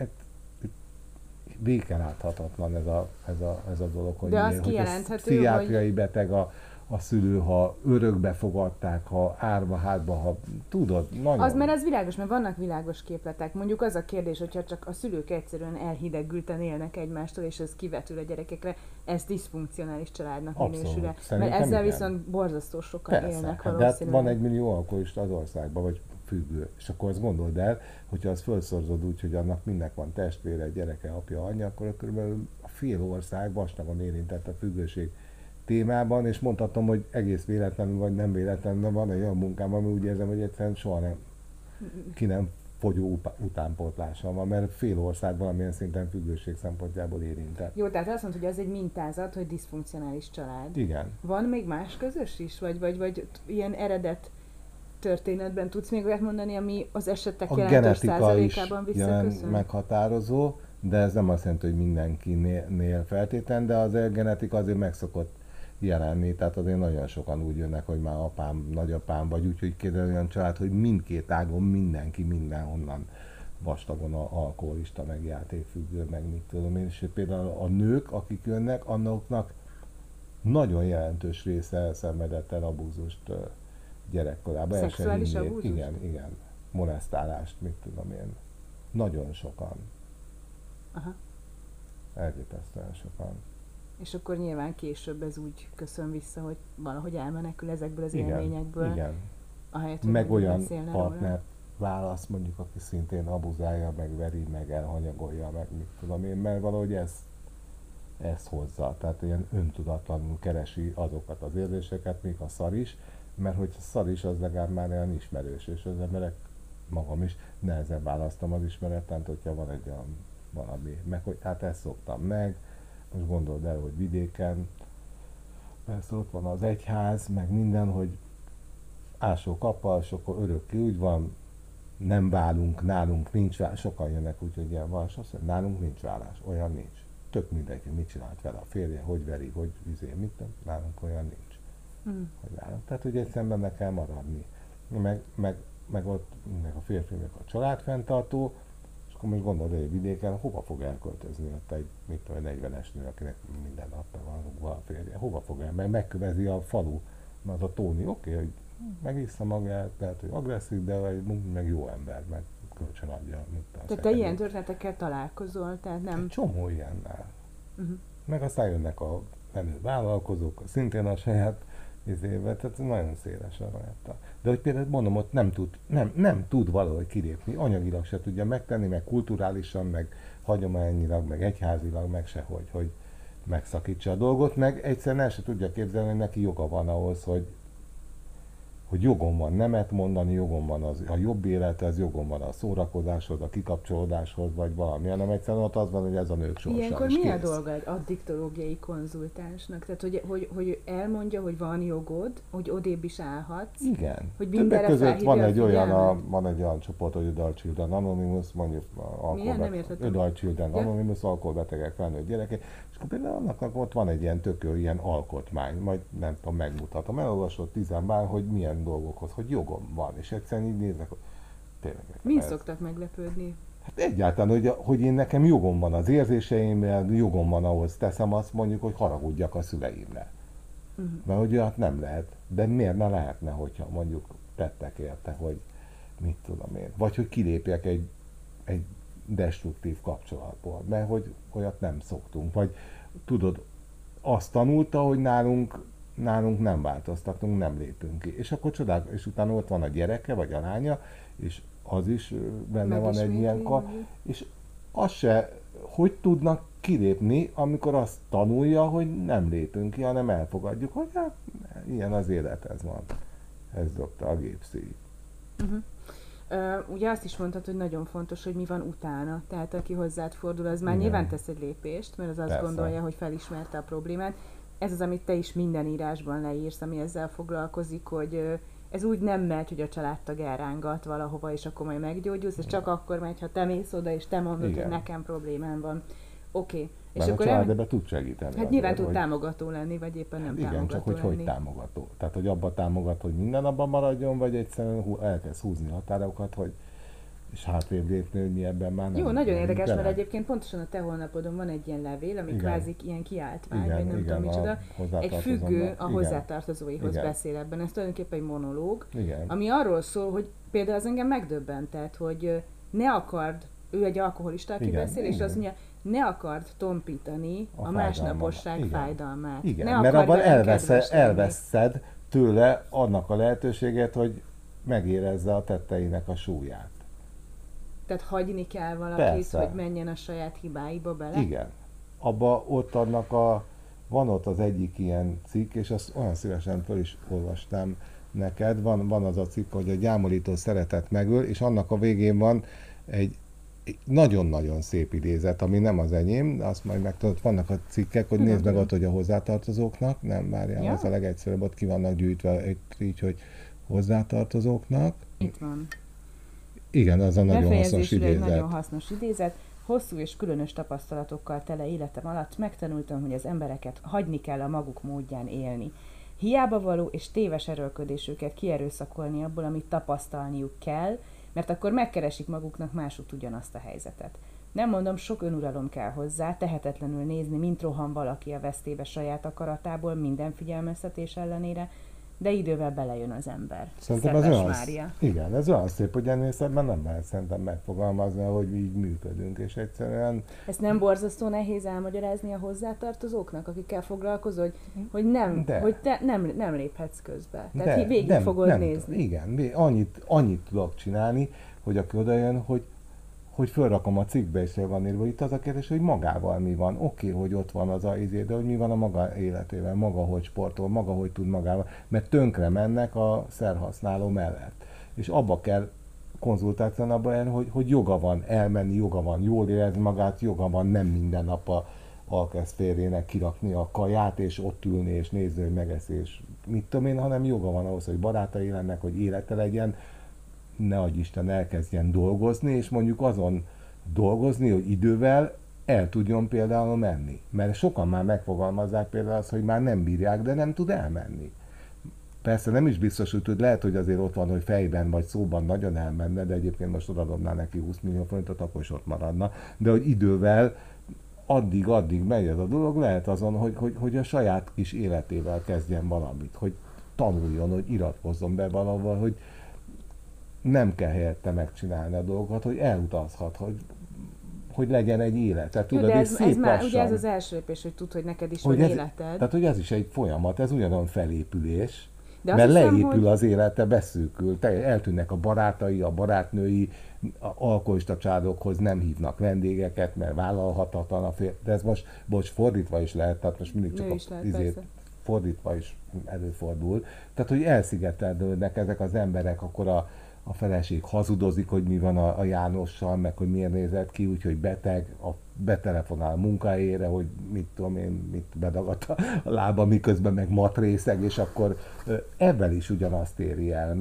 végkel láthatatlan ez a dolog, hogy de az kijelenthető, pszichiátriai beteg a szülő, ha örökbe fogadták, ha árva hátba, ha tudod, nagyon... Az, mert ez világos, mert vannak világos képletek. Mondjuk az a kérdés, hogyha csak a szülők egyszerűen elhidegülten élnek egymástól, és ez kivetül a gyerekekre, ez diszfunkcionális családnak minősül. Mert ezzel igen. viszont borzasztó sokan Persze, élnek hát valószínűleg. van 1 millió alkoholista az országban, vagy függő. És akkor azt gondold el, hogyha azt felszorzod úgy, hogy annak mindnek van testvére, gyereke, apja, anyja, akkor körülbelül a fél ország vastagon érintett a függőség témában, és mondhatom, hogy egész véletlenül vagy nem véletlenül, de van egy olyan munkám, ami úgy érzem, hogy egyszerűen soha nem, ki nem fogyó utánpótlása van, mert fél ország valamilyen szinten függőség szempontjából érintett. Jó, tehát azt mondod, hogy az egy mintázat, hogy diszfunkcionális család. Igen. Van még más közös is? Vagy ilyen eredet történetben tudsz még olyat mondani, ami az esetek A jelentős genetika is százalékában ilyen visszaköszön? meghatározó, de ez nem azt jelenti, hogy mindenkinél feltétlen, de az genetika azért meg szokott jelenni, tehát azért nagyon sokan úgy jönnek, hogy már apám, nagyapám, vagy úgy, hogy kérdez olyan család, hogy mindkét ágon mindenki mindenhonnan vastagon alkoholista, meg játékfüggő, meg mit tudom én, és például a nők, akik jönnek, annaknak nagyon jelentős része elszenvedett el abúzust gyerekkorában. Szexuális abúzust? Igen. Molesztálást, mit tudom én. Nagyon sokan. Aha. Elképesztően sokan. És akkor nyilván később ez úgy köszön vissza, hogy valahogy elmenekül ezekből az Igen, élményekből. igen. Ahelyett, hogy Meg olyan beszélne partner válasz, mondjuk, aki szintén abuzálja, meg veri, meg elhanyagolja, meg mit tudom én, mert valahogy ez hozza. Tehát ilyen öntudatlanul keresi azokat az érzéseket, még a szar is, mert hogy a szar is, az legalább már olyan ismerős, és az emberek, magam is nehezen választom az ismeretet, hogyha van egy olyan valami, meg hogy hát ezt szoktam meg, most gondold el, hogy vidéken, persze ott van az egyház, meg minden, hogy ásó kappal, és akkor örökké úgy van, nem válunk, nálunk nincs vállás, sokan jönnek úgy, hogy ilyen van, és azt mondja, nálunk nincs vállás, olyan nincs. Tök mindegy, hogy mit csinált vele a férje, hogy veri, hogy mit nem, nálunk olyan nincs. Hogy válunk. Tehát ugye egyszerűen benne kell maradni. Meg ott meg a férfi, meg a családfenntartó, és akkor most gondolod, hogy vidéken hova fog elköltözni ott egy, mit tudom, 40-es nő, akinek minden nap van a férje, hova fog el, meg megkövezi a falu, mert az a Tóni, oké, hogy megissza magát, tehát hogy agresszív, de meg jó ember, meg kölcsön adja. Tehát te ilyen történetekkel találkozol, tehát nem... Egy csomó ilyennel. Meg aztán jönnek a menő vállalkozók, szintén a saját izébe, tehát nagyon széles a rajta. De hogy például mondom, ott nem tud valahogy kilépni, anyagilag se tudja megtenni, meg kulturálisan, meg hagyományilag, meg egyházilag, meg sehogy, hogy megszakítsa a dolgot, meg egyszerűen el se tudja képzelni, hogy neki joga van ahhoz, hogy jogom van nemet mondani, jogom van a jobb élethez, jogom van a szórakozáshoz, a kikapcsolódáshoz, vagy valami, hanem egyszerűen ott az van, hogy ez a nők sorsa. Ilyenkor mi a dolga egy addiktológiai konzultánsnak? Tehát, hogy elmondja, hogy van jogod, hogy odébb is állhatsz? Igen. Hogy többek között van egy olyan csoport, hogy Adult Children Anonymous, mondjuk Adult Children Anonymous, alkoholbetegek, felnőtt gyerekek, és akkor például annak ott van egy ilyen ilyen alkotmány, majd nem tudom, megmutatom, elolvasott 10 bár, hogy milyen dolgokhoz, hogy jogom van, és egyszerűen így néznek, hogy tényleg. Mi szoktak meglepődni? Hát egyáltalán, hogy én nekem jogom van az érzéseimre, jogom van ahhoz teszem azt, mondjuk, hogy haragudjak a szüleimre. Mert hogy olyat nem lehet. De miért ne lehetne, hogyha mondjuk tettek érte, hogy mit tudom én. Vagy hogy kilépjek egy destruktív kapcsolatból, mert hogy olyat nem szoktunk. Vagy tudod, azt tanulta, hogy nálunk nem változtatunk, nem lépünk ki. És akkor és utána ott van a gyereke, vagy a lánya, és az is benne van egy ilyen és az se, hogy tudnak kilépni, amikor azt tanulja, hogy nem lépünk ki, hanem elfogadjuk, hogy hát ilyen az élet, ez van. Ez dobta a gépszíj. Ugye azt is mondtad, hogy nagyon fontos, hogy mi van utána. Tehát aki hozzád fordul, az már nyilván tesz egy lépést, mert az azt gondolja, hogy felismerte a problémát. Ez az, amit te is minden írásban leírsz, ami ezzel foglalkozik, hogy ez úgy nem megy, hogy a családtag elrángat valahova, és akkor majd meggyógyulsz, és csak akkor megy, ha te mész oda, és te mondod, hogy nekem problémám van. Oké. És akkor a család ebben tud segíteni. Hát nyilván tud támogató lenni, vagy éppen nem támogató igen, csak hogy támogató. Tehát, hogy abban támogat, hogy minden abban maradjon, vagy egyszerűen elkezd húzni határokat, hogy és hátrébb lépni, hogy mi ebben már nem. Jó, nagyon nem érdekes, mert bele. egyébként pontosan a te honlapodon van egy ilyen levél, ami Igen. kvázi ilyen kiáltvány, Igen, vagy nem igen, tudom micsoda. a Egy függő hozzátartozónak. a Igen. hozzátartozóihoz Igen. beszél ebben. Ez tulajdonképpen egy monológ, Igen. ami arról szól, hogy például az engem megdöbbentett, hogy ne akard, ő egy alkoholista, aki Igen, beszél, és igen. azt mondja, ne akard tompítani a másnaposság Igen. fájdalmát. Igen, ne mert akard abban velem kedves lenni. elveszed tőle annak a lehetőséget, hogy megérezze a tetteinek a súlyát. Tehát hagyni kell valakit, Persze. hogy menjen a saját hibáiba bele? Igen. Van ott az egyik ilyen cikk, és azt olyan szívesen föl is olvastam neked. Van az a cikk, hogy a gyámolító szeretet megöl, és annak a végén van egy nagyon-nagyon szép idézet, ami nem az enyém, azt majd megtudod, vannak a cikkek, hogy nézd meg ott, hogy a hozzátartozóknak, nem várjál, Ja. az a legegyszerűbb, ott ki vannak gyűjtve így, hogy hozzátartozóknak. Itt van. Igen, az a nagyon hasznos Befejezésre egy idézet. nagyon hasznos idézet. Hosszú és különös tapasztalatokkal tele életem alatt megtanultam, hogy az embereket hagyni kell a maguk módján élni. Hiába való és téves erőlködésüket kierőszakolni abból, amit tapasztalniuk kell, mert akkor megkeresik maguknak másút ugyanazt a helyzetet. Nem mondom, sok önuralom kell hozzá, tehetetlenül nézni, mint rohan valaki a vesztébe saját akaratából minden figyelmeztetés ellenére, de idővel belejön az ember. Szerintem ez Szepes olyan, Mária. igen, ez olyan szép, hogy ennél szebben nem lehet szerintem megfogalmazni, hogy így működünk, és egyszerűen Ezt nem borzasztó nehéz elmagyarázni a hozzátartozóknak, akikkel foglalkozol, hogy nem, De. hogy te nem léphetsz közbe. Tehát végig fogod nézni. Igen, annyit tudok csinálni, hogy aki odajön, hogy fölrakom a cikkbe, és van írva, itt az a kérdés, hogy magával mi van. Oké, hogy ott van az a izé, de hogy mi van a maga életével, maga hogy sportol, maga hogy tud magával, mert tönkre mennek a szerhasználó mellett. És abba kell konzultáción abban, hogy joga van elmenni, joga van jól érezni magát, joga van nem minden nap a alkeszférének kirakni a kaját, és ott ülni, és nézni, hogy megeszi, és mit tudom én, hanem joga van ahhoz, hogy barátai lennek, hogy élete legyen, ne adj Isten elkezdjen dolgozni, és mondjuk azon dolgozni, hogy idővel el tudjon például menni. Mert sokan már megfogalmazzák például azt, hogy már nem bírják, de nem tud elmenni. Persze nem is biztos, hogy tud, lehet, hogy azért ott van, hogy fejben vagy szóban nagyon elmenne, de egyébként most odadobná neki 20 millió forintot, akkor is ott maradna. De hogy idővel addig megy ez a dolog, lehet azon, hogy a saját kis életével kezdjen valamit, hogy tanuljon, hogy iratkozzon be valahol, hogy nem kell helyette megcsinálni a dolgokat, hogy elutazhat, hogy legyen egy élete. Jó, Tudod, de és ez szép már lassan. ugye ez az első lépés, hogy tudd, hogy neked is Hogy van ez, életed. tehát, hogy ez is egy folyamat, ez ugyanolyan felépülés, De azt mert hiszem, leépül hogy- az élete, beszűkül, eltűnnek a barátai, a barátnői, a alkoholista családokhoz nem hívnak vendégeket, mert vállalhatatlan a fél. De ez most fordítva is lehet, tehát most mindig csak Nő is lehet, izét persze. fordítva is előfordul. Tehát, hogy elszigetelődnek ezek az emberek, akkor a feleség hazudozik, hogy mi van a Jánossal, meg hogy miért nézett ki, úgyhogy beteg, betelefonál a munkahelyére, hogy mit tudom én, mit bedagadt a lába, miközben meg matrészeg, és akkor ebben is ugyanazt éri el,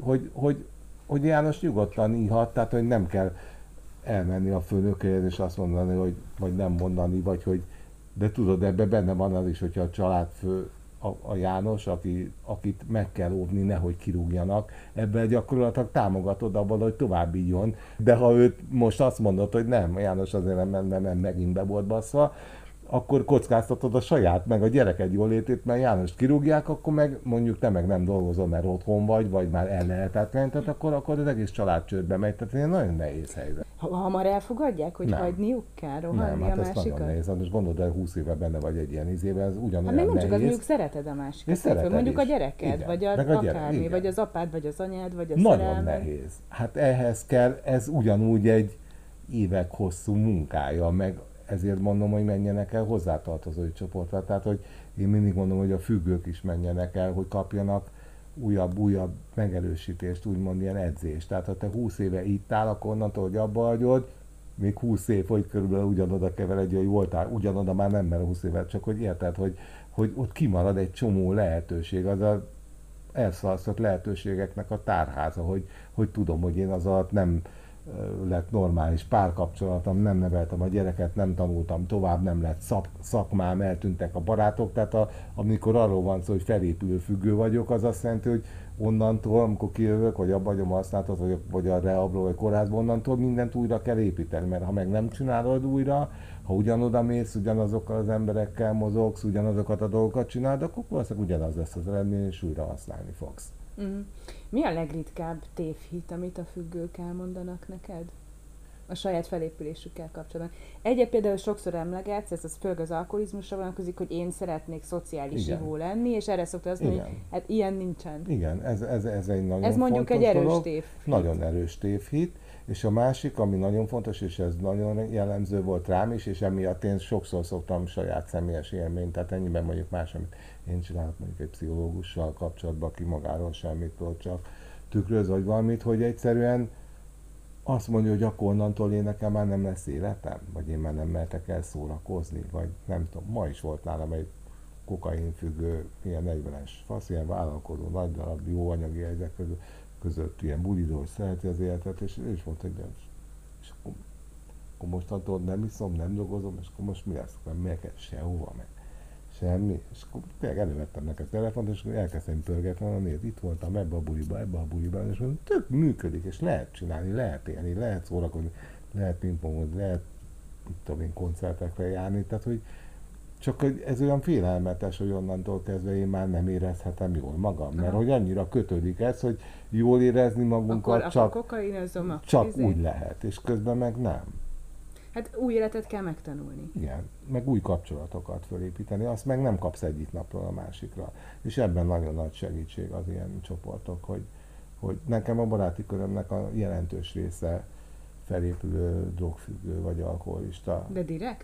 hogy János nyugodtan íhat, tehát hogy nem kell elmenni a főnökéhez, és azt mondani, hogy, vagy nem mondani, vagy hogy, de tudod, ebben benne van az is, hogyha a családfő a János, akit meg kell óvni, nehogy kirúgjanak, ebben gyakorlatilag támogatod abban, hogy tovább írjon, de ha őt most azt mondod, hogy nem, János azért nem ment, mert megint be volt basszva, akkor kockáztatod a saját, meg a gyereked jólétét, mert Jánost kirúgják, akkor meg mondjuk te meg nem dolgozol, mert otthon vagy már ellehetetlenített, akkor az egész család csődbe megy, tehát ez egy nagyon nehéz helyzet. Hamar elfogadják, hogy Nem. hagyniuk kell rohanni Nem, a hát ez nagyon másikat? nehéz. Hát most gondolod, hogy 20 éve benne vagy egy ilyen izében, ez Hát ugyanolyan még nem csak az, nehéz. mondjuk szereted a másikat. És szereted mondjuk a is. gyereked, Igen, vagy meg a gyerek, akármi, igen. vagy az apád, vagy az anyád, vagy a Nagyon szerelmed. nehéz. Hát ehhez kell, ez ugyanúgy egy évek hosszú munkája, meg ezért mondom, hogy menjenek el hozzátartozói csoportra. Tehát, hogy én mindig mondom, hogy a függők is menjenek el, hogy kapjanak újabb megerősítést, úgymond ilyen edzést. Tehát, ha te 20 éve itt áll, akkor onnantól, hogy abba hagyod, még 20 év, hogy körülbelül ugyanoda keveredj, hogy voltál, ugyanoda már nem, mert 20 évet, csak hogy érted, hogy ott kimarad egy csomó lehetőség, az a elszalasztott lehetőségeknek a tárháza, hogy tudom, hogy én az alatt nem lett normális párkapcsolatom, nem neveltem a gyereket, nem tanultam tovább, nem lett szakmám, eltűntek a barátok, tehát amikor arról van szó, hogy felépülő függő vagyok, az azt jelenti, hogy onnantól, amikor kijövök, vagy abba hagyom a használatot, vagy a rehabról, vagy kórházból, onnantól mindent újra kell építeni, mert ha meg nem csinálod újra, ha ugyanoda mész, ugyanazokkal az emberekkel mozogsz, ugyanazokat a dolgokat csinálod, akkor valószínűleg ugyanaz lesz az eredmény, és újra használni fogsz. Mm. Mi a legritkább tévhit, amit a függők elmondanak neked? A saját felépülésükkel kapcsolatban. Egyet például sokszor emlegetsz, ez az főleg az alkoholizmusra vonatkozik, hogy én szeretnék szociális ivó lenni, és erre szokta azt mondani, hogy hát ilyen nincsen. Igen, ez egy nagyon ez mondjuk fontos egy erős dolog. tévhit. Nagyon erős tévhit. És a másik, ami nagyon fontos, és ez nagyon jellemző volt rám is, és emiatt én sokszor szoktam saját személyes élményt, tehát ennyiben mondjuk más, amit én csinálok mondjuk egy pszichológussal kapcsolatban, aki magáról semmit tud, csak tükröz vagy valamit, hogy egyszerűen azt mondja, hogy akkor onnantól én nekem már nem lesz életem, vagy én már nem mehetek el szórakozni, vagy nem tudom, ma is volt nálam egy kokainfüggő, ilyen 40-es fasz, ilyen vállalkozó, nagy darab, jó anyagi helyzet között ilyen bulidó, szereti az életet, és ő is mondta, hogy nem. És akkor mostantól nem iszom, nem dolgozom, és akkor most mi lesz? Nem megyek sehova, meg semmi. És akkor tényleg elővettem neki a telefont, és elkezdtem pörgetni, nézd, itt voltam ebbe a buliba, és mondom, tök működik, és lehet csinálni, lehet élni, lehet szórakozni, lehet pingpongozni, lehet, mit tudom én, koncertekre járni, tehát hogy csak ez olyan félelmetes, hogy onnantól kezdve én már nem érezhetem jól magam, mert hogy annyira kötődik ez, hogy jól érezni magunkat csak úgy lehet, és közben meg nem. Hát új életet kell megtanulni. Igen, meg új kapcsolatokat fölépíteni, azt meg nem kapsz egyik napról a másikra. És ebben nagyon nagy segítség az ilyen csoportok, hogy nekem a baráti körömnek a jelentős része felépülő drogfüggő vagy alkoholista. De direkt?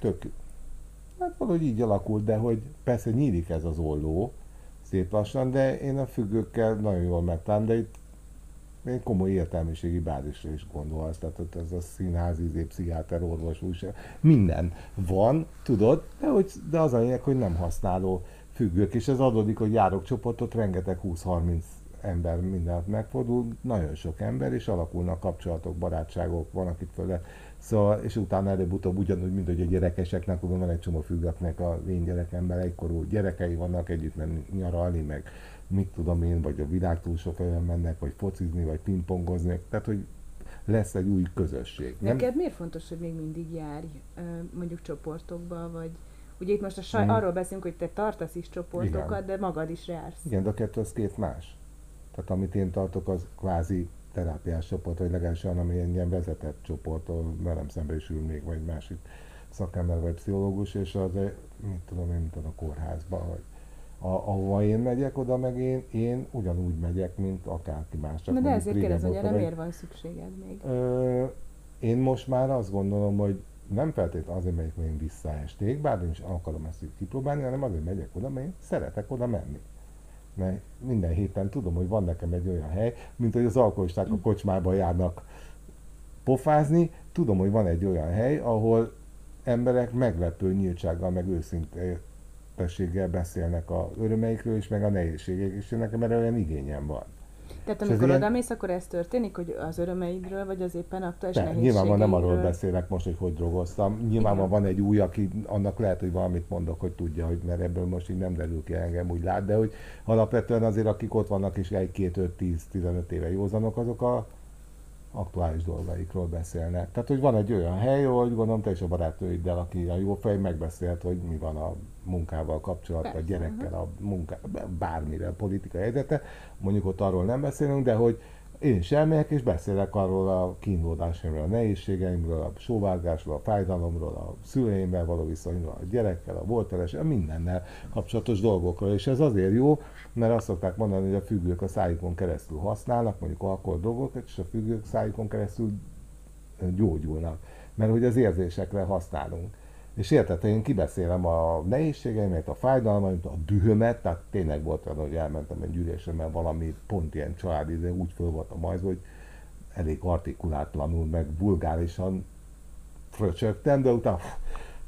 Hát valahogy így alakult, de hogy persze nyílik ez az olló szép lassan, de én a függőkkel nagyon jól megtalálom, de itt én komoly értelmiségi bázisra is gondolsz, tehát ott ez a színházi, pszichiáter, orvos, újság, minden van, tudod, de az a lényeg, hogy nem használó függők, és ez adódik, hogy járok csoportot, rengeteg 20-30 ember mindent megfordul, nagyon sok ember, és alakulnak kapcsolatok, barátságok, van, akit föl Szóval, és utána előbb-utóbb ugyanúgy, mint hogy a gyerekeseknek, van egy csomó függőknek a én gyerekemben egykorú gyerekei vannak, együtt menni nyaralni, meg mit tudom én, vagy a világ túl sok olyan mennek, vagy focizni, vagy pingpongozni, tehát hogy lesz egy új közösség. Neked miért fontos, hogy még mindig járj mondjuk csoportokba, vagy ugye itt most arról beszélünk, hogy te tartasz is csoportokat, igen, de magad is jársz. Igen, de a kettő az két más. Tehát amit én tartok, az kvázi terápiás csoport, vagy legalábbis olyan, ami ilyen vezetett csoport, ahol velem szembe is ül még, vagy másik szakember, vagy pszichológus, és az, mit tudom én, mint a kórházba, vagy ahova én megyek, oda meg én ugyanúgy megyek, mint akárki más. Csak de ezért kérdezem, hogy erre miért van szükséged még? Én most már azt gondolom, hogy nem feltétlenül azért megyek, hogy én visszaesték, bár én is akarom ezt kipróbálni, hanem azért megyek oda, mert én szeretek oda menni. Mert minden héten tudom, hogy van nekem egy olyan hely, mint hogy az alkoholisták a kocsmába járnak pofázni, tudom, hogy van egy olyan hely, ahol emberek meglepő nyíltsággal, meg őszintességgel beszélnek az örömeikről is, meg a nehézségekről, és nekem erre olyan igényem van. Tehát amikor odamész, akkor ez történik, hogy az örömeidről, vagy az éppen aktuális nehézségeidről? Nyilvánvalóan nem arról beszélek most, hogy drogoztam. Nyilvánvalóan van egy új, aki annak lehet, hogy valamit mondok, hogy tudja, hogy mert ebből most így nem derül ki, engem úgy lát, de hogy alapvetően azért, akik ott vannak és 1-2-5-10-15 éve józanok, azok a aktuális dolgaikról beszélnek. Tehát, hogy van egy olyan hely, ahol gondolom te és a barátnőiddel, aki a jó fej, megbeszélt, hogy mi van a munkával kapcsolatban, a gyerekkel, a bármire, a politikai helyzete. Mondjuk ott arról nem beszélünk, de hogy én is elmegyek és beszélek arról a kínlódásomról, a nehézségeimről, a sóvárgásról, a fájdalomról, a szüleimmel való viszonyról, a gyerekkel, a volteres, mindennel kapcsolatos dolgokról. És ez azért jó, mert azt szokták mondani, hogy a függők a szájukon keresztül használnak, mondjuk alkohol drogokat, és a függők szájukon keresztül gyógyulnak. Mert hogy az érzésekre használunk. És érted, én kibeszélem a nehézségeimet, a fájdalmaimat, a dühömet, tehát tényleg volt olyan, hogy elmentem egy gyűlésre, mert valami pont ilyen családi, de úgy föl volt a majz, hogy elég artikulátlanul, meg vulgárisan fröcsögtem, de utána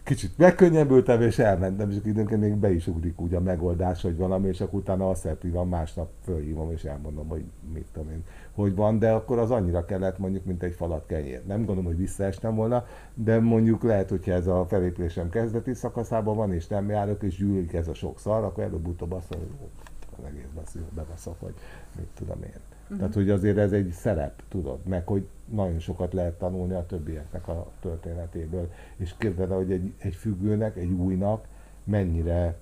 kicsit megkönnyebbültem, és elmentem, és időnként még be is ugrik úgy a megoldás, hogy valami, és akkor utána asszertívan másnap fölhívom, és elmondom, hogy mit tudom én, hogy van, de akkor az annyira kellett mondjuk, mint egy falat kenyér. Nem gondolom, hogy visszaestem volna, de mondjuk lehet, hogyha ez a felépülésem kezdeti szakaszában van, és nem járok, és gyűlik ez a sok szar, akkor előbb-utóbb azt mondom, hogy az egész bebaszok, vagy mit tudom én. Tehát, hogy azért ez egy szerep, tudod, meg hogy nagyon sokat lehet tanulni a többieknek a történetéből. És képzeld el, hogy egy függőnek, egy újnak mennyire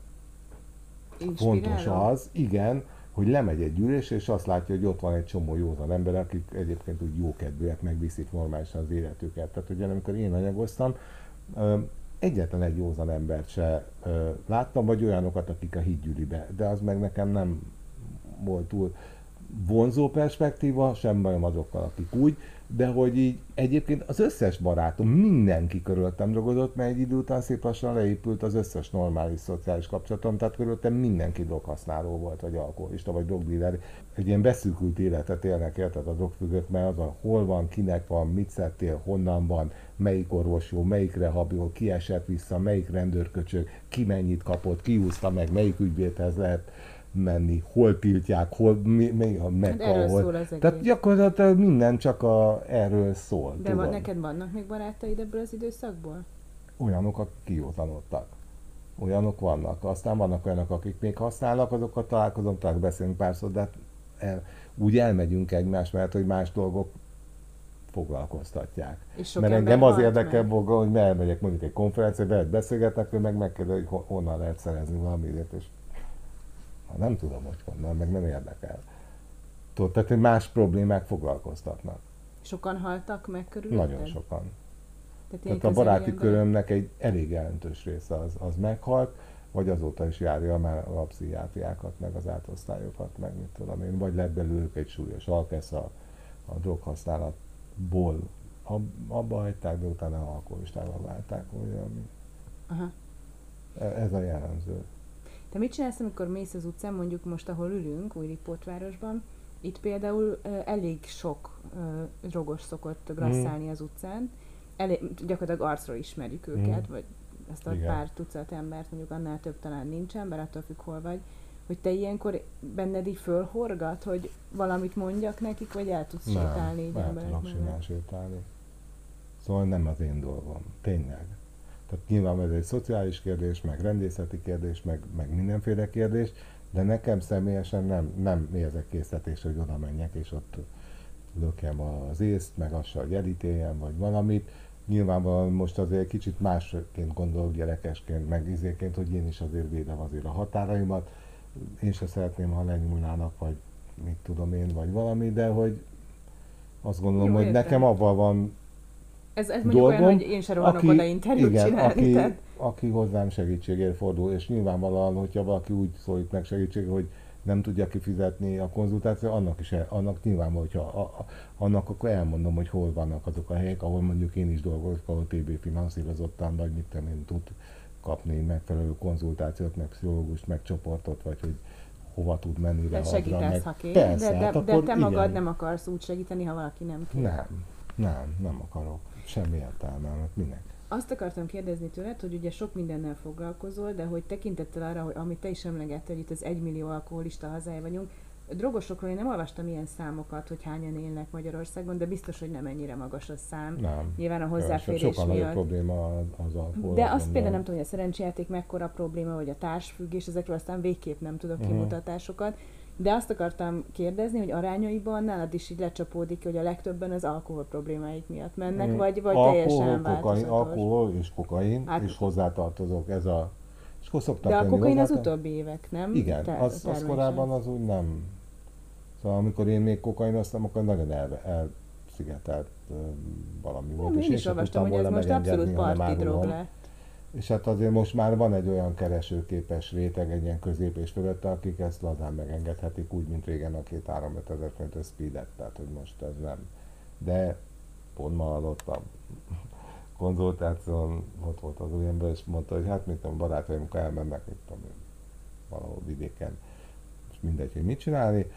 fontos az, igen, hogy lemegy egy gyűlésre, és azt látja, hogy ott van egy csomó józan ember, akik egyébként úgy jókedvűek, megviszik normálisan az életüket. Tehát, hogy amikor én anyagoztam, egyetlen egy józan embert se láttam, vagy olyanokat, akik a híd gyűlibe, de az meg nekem nem volt túl vonzó perspektíva, sem bajom azokkal, akik úgy, de hogy így egyébként az összes barátom, mindenki körülöttem drogozott, mert egy idő után szép lassan leépült az összes normális szociális kapcsolatom, tehát körülöttem mindenki droghasználó volt, vagy alkoholista, vagy drogdíler. Egy ilyen beszűkült életet élnek, érted a drogfüggők, mert az a hol van, kinek van, mit szedtél, honnan van, melyik orvos jó, melyik rehab jó, ki esett vissza, melyik rendőrköcsög, ki mennyit kapott, ki húzta meg, melyik ügyvédhez lehet menni, hol tiltják, hol mi a mecca, hát hol. Szól az egész. Tehát gyakorlatilag minden csak erről szól. De neked vannak még barátaid ebből az időszakból? Olyanok, akik kiózanodtak. Olyanok vannak. Aztán vannak olyanok, akik még használnak, azokkal találkozom, talán beszélünk párszor, de úgy elmegyünk egymás, mert hogy más dolgok foglalkoztatják. Mert engem az érdekel, hogy elmegyek mondjuk egy konferenciára, veled beszélgetek, ő meg megkérdezi, hogy honnan lehet szerezni valamit, és nem tudom, hogy honnan, meg nem érdekel. Tudod, tehát más problémák foglalkoztatnak. Sokan haltak meg körülötted? Nagyon sokan. Tehát a baráti körömnek egy elég jelentős része az meghalt, vagy azóta is járja már a pszichiátriákat, meg az átosztályokat, meg mit tudom én, vagy lett belőlük egy súlyos alkesz a droghasználatból. Abba hagyták, de utána alkoholistával válták, vagy ami. Aha. Ez a jellemző. Te mit csinálsz, amikor mész az utcán, mondjuk most, ahol ülünk, Újlipótvárosban, itt például elég sok drogos szokott grasszálni az utcán, gyakorlatilag arcról ismerjük őket, vagy ezt a pár tucat embert, mondjuk annál több talán nincsen, bár attól függ, hol vagy, hogy te ilyenkor benned így fölhorgat, hogy valamit mondjak nekik, vagy el tudsz sétálni így emberek mellett? Nem, tudok sétálni. Szóval nem az én dolgom, tényleg. Tehát nyilván ez egy szociális kérdés, meg rendészeti kérdés, meg mindenféle kérdés, de nekem személyesen nem érzek készletés, hogy oda menjek, és ott lökjem az észt, meg azt, hogy elítéljem, vagy valamit. Nyilvánvalóan most azért kicsit másként gondolok gyerekesként, meg izéként, hogy én is azért védem azért a határaimat. Én se szeretném, ha lenyúlnának, vagy mit tudom én, vagy valami, de hogy azt gondolom, hogy nekem avval van ez mondjuk dolgom, olyan, hogy én se rohanok oda interjút csinálni. Aki hozzám segítségért fordul, és nyilvánvalóan, hogyha valaki úgy szólít meg segítségre, hogy nem tudja kifizetni a konzultációt, annak nyilvánvalóan, hogyha annak akkor elmondom, hogy hol vannak azok a helyek, ahol mondjuk én is dolgozok, ahol TB finanszírozottan, vagy mit tudom én tud kapni megfelelő konzultációt, meg pszichológust, meg csoportot, vagy hogy hova tud menni rá. Segítesz, ha kér. Persze, de te magad nem akarsz úgy segíteni, ha valaki nem kér. Nem akarok. Semmi értelme, minek. Azt akartam kérdezni tőled, hogy ugye sok mindennel foglalkozol, de hogy tekintettel arra, hogy amit te is emlegettél, hogy itt az 1 millió alkoholista hazája vagyunk, drogosokról én nem olvastam ilyen számokat, hogy hányan élnek Magyarországon, de biztos, hogy nem ennyire magas a szám. Nem. Nyilván a hozzáférés miatt. Sokkal nagyobb probléma az alkohol. De azt például nem tudom, hogy a szerencsejáték mekkora probléma, vagy a társfüggés, ezekről aztán végképp nem tudok kimutatásokat. De azt akartam kérdezni, hogy arányaiban nálad is így lecsapódik, hogy a legtöbben az alkohol problémáik miatt mennek, vagy teljesen változatos. Alkohol és kokain, és hozzátartozok. Ez a... De a kokain az utóbbi évek, nem? Igen, az korábban az úgy nem. Szóval amikor én még kokainoztam, akkor nagyon elszigetelt valami volt. Én is olvastam, hogy ez most abszolút parti drog lett. És hát azért most már van egy olyan keresőképes réteg, egy ilyen közép és fölötte, akik ezt lazán megengedhetik, úgy, mint régen a 2-3-5 ezer forintos speedet, tehát hogy most ez nem. De pont ma hallottam konzultáción, ott volt az új ember, és mondta, hogy hát mit tudom, barátaim, amikor elmennek, mit tudom, valahol vidéken, és mindegy, hogy mit csinálni,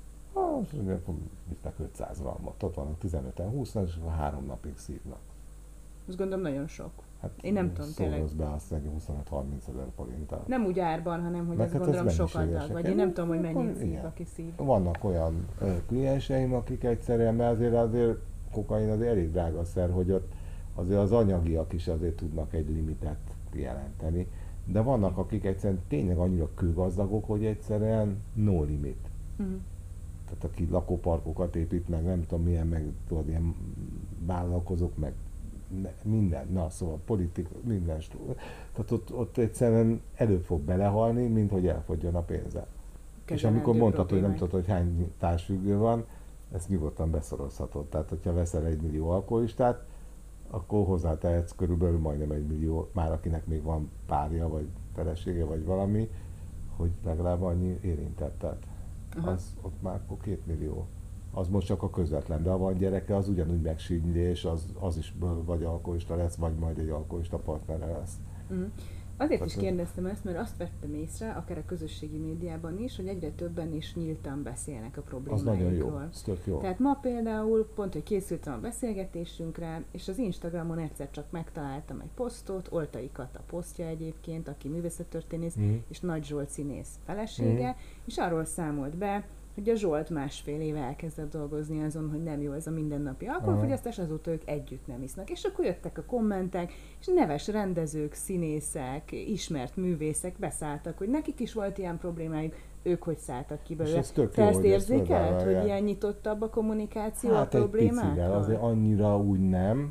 akkor visznek 500 grammot, ott vannak 15-en, 20-an, és 3 napig szívnak. Azt gondolom nagyon sok. Hát Én nem tudom, tényleg. szoroz be azt neki 25-30 ezer forinttal. Nem úgy árban, hanem hogy Meg azt hát gondolom ez sokat ad, mennyiségesek. vagy én nem tudom, hogy Akkor mennyit szív, igen. aki szív. Vannak olyan klienseim, akik egyszerűen, mert azért kokain azért elég drága szer, hogy ott azért az anyagiak is azért tudnak egy limitet jelenteni. De vannak, akik egyszerűen tényleg annyira kőgazdagok, hogy egyszerűen no limit. Uh-huh. Tehát aki lakóparkokat épít, meg nem tudom milyen, meg tudod, ilyen vállalkozók, meg minden, na szóval politika, minden. Tehát ott egyszerűen előbb fog belehalni, mint hogy elfogyjon a pénze. És amikor mondtad, hogy nem tudod, hogy hány társfüggő van, ezt nyugodtan beszorozhatod. Tehát, hogyha veszel 1 millió alkoholistát, akkor hozzátehetsz körülbelül majdnem 1 millió, már akinek még van párja, vagy felesége, vagy valami, hogy legalább annyi érintettet. Az ott már akkor 2 millió. Az most csak a közvetlen, de ha van gyereke, az ugyanúgy megsínylés, az is vagy alkoholista lesz, vagy majd egy alkoholista partnere lesz. Uh-huh. Azért is kérdeztem ezt, mert azt vettem észre, akár a közösségi médiában is, hogy egyre többen is nyíltan beszélnek a problémáikról. Az nagyon jó, ez tök jó. Tehát ma például, pont, hogy készültem a beszélgetésünkre, és az Instagramon egyszer csak megtaláltam egy posztot, Oltai Kata posztja egyébként, aki művészettörténész, és Nagy Zsolt színész felesége, és arról számolt be, hogy a Zsolt 1,5 éve elkezdett dolgozni azon, hogy nem jó ez a mindennapi alkoholfogyasztás, azóta ők együtt nem isznak. És akkor jöttek a kommentek, és neves rendezők, színészek, ismert művészek beszálltak, hogy nekik is volt ilyen problémájuk, ők hogy szálltak ki belőle. Te ezt érzékeled, hogy ilyen nyitottabb a kommunikáció a problémákkal? Hát egy picivel, azért annyira úgy nem,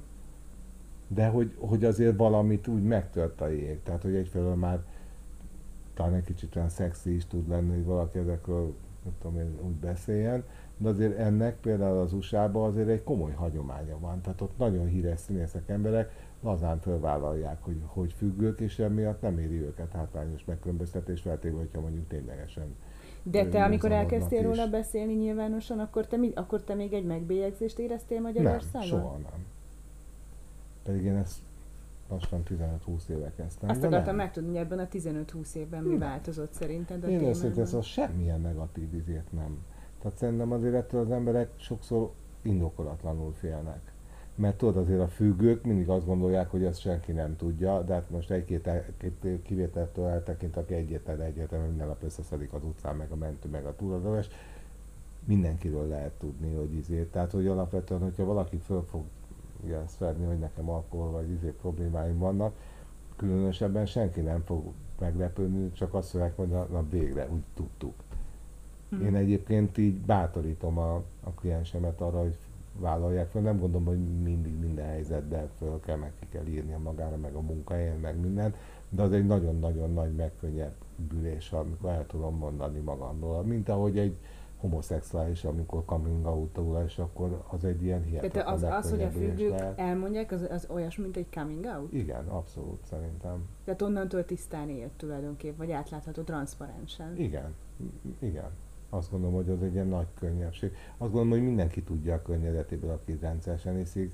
de hogy azért valamit úgy megtört a jég. Tehát, hogy egyfelől már talán egy kicsit olyan szexi is tud lenni, hogy valaki ezekről nem tudom én, úgy beszéljen, de azért ennek például az USA-ban azért egy komoly hagyománya van. Tehát ott nagyon híres színészek, emberek lazán fölvállalják, hogy függők, és emiatt nem éri őket hátrányos megkülönböztetés, feltéve, hogyha mondjuk ténylegesen. De te, amikor elkezdtél róla beszélni nyilvánosan, akkor te még egy megbélyegzést éreztél Magyarországon? Nem, soha nem. Pedig én ezt lassan 15-20 éve kezdtem. Azt akartam megtudni, hogy ebben a 15-20 évben mi változott szerinted a témában? Én őszintén szóval semmilyen negatív izét nem. Tehát szerintem azért ettől az emberek sokszor indokolatlanul félnek. Mert tudod, azért a függők mindig azt gondolják, hogy ezt senki nem tudja, de hát most egy-két kivételtől eltekint, aki egyértelműen minden nap összeszedik az utcán, meg a mentő, meg a túladóes, mindenkiről lehet tudni, hogy izét. Tehát, hogy alapvetően, hogyha valaki föl fog ezt felni, hogy nekem alkohol vagy problémáim vannak, különösebben senki nem fog meglepődni, csak azt mondják, hogy na végre, úgy tudtuk. Én egyébként így bátorítom a kliensemet arra, hogy vállalják fel. Nem gondolom, hogy mindig minden helyzetben föl kell, meg ki kell írnia magára, meg a munkahelyen, meg minden, de az egy nagyon-nagyon nagy megkönnyebbülés, amikor el tudom mondani magamról. Mint ahogy egy homoszexuális, amikor coming out-ul, és akkor az egy ilyen hihetetlen megkönnyebbülés. Tehát az, hogy a függők elmondják, az olyasmi, mint egy coming out? Igen, abszolút szerintem. Tehát onnantól tisztán élt tulajdonképpen, vagy átlátható transzparensen. Igen. Azt gondolom, hogy az egy ilyen nagy könnyebbség. Azt gondolom, hogy mindenki tudja a környezetéből, aki rendszeresen iszik.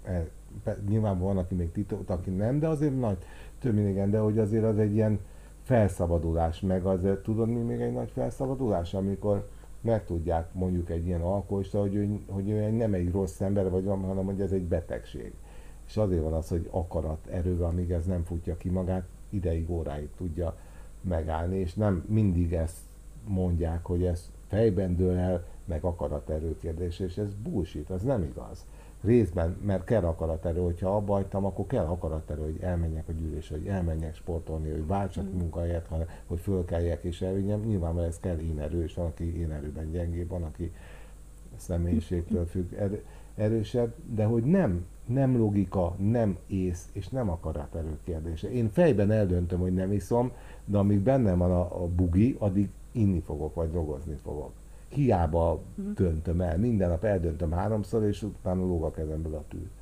Nyilván van, aki még titok, aki nem, de azért nagy, több igen, de hogy azért az egy ilyen felszabadulás, meg azért tudod, mi még egy nagy felszabadulás, amikor megtudják mondjuk egy ilyen alkoholista, hogy ő nem egy rossz ember vagy, hanem hogy ez egy betegség. És azért van az, hogy akarat erővel, amíg ez nem futja ki magát, ideig, óráig tudja megállni, és nem mindig ezt mondják, hogy ez fejben dől el, meg akaraterő kérdés, és ez bullshit, az nem igaz. Részben, mert kell akaraterő, hogyha abba hagytam, akkor kell akaraterő, hogy elmenjek a gyűlésre, hogy elmenjek sportolni, hogy váltsak munkahelyet, hogy fölkeljek és elvinjem. Nyilván ez kell én erő, és van, aki én erőben gyengébb, van, aki személyiségtől függ erősebb, de hogy nem logika, nem ész, és nem akaraterő kérdése. Én fejben eldöntöm, hogy nem iszom, de amíg bennem van a bugi, addig inni fogok, vagy dolgozni fogok. Hiába döntöm el. Minden nap eldöntöm 3-szor, és utána lóg a kezemből a tű.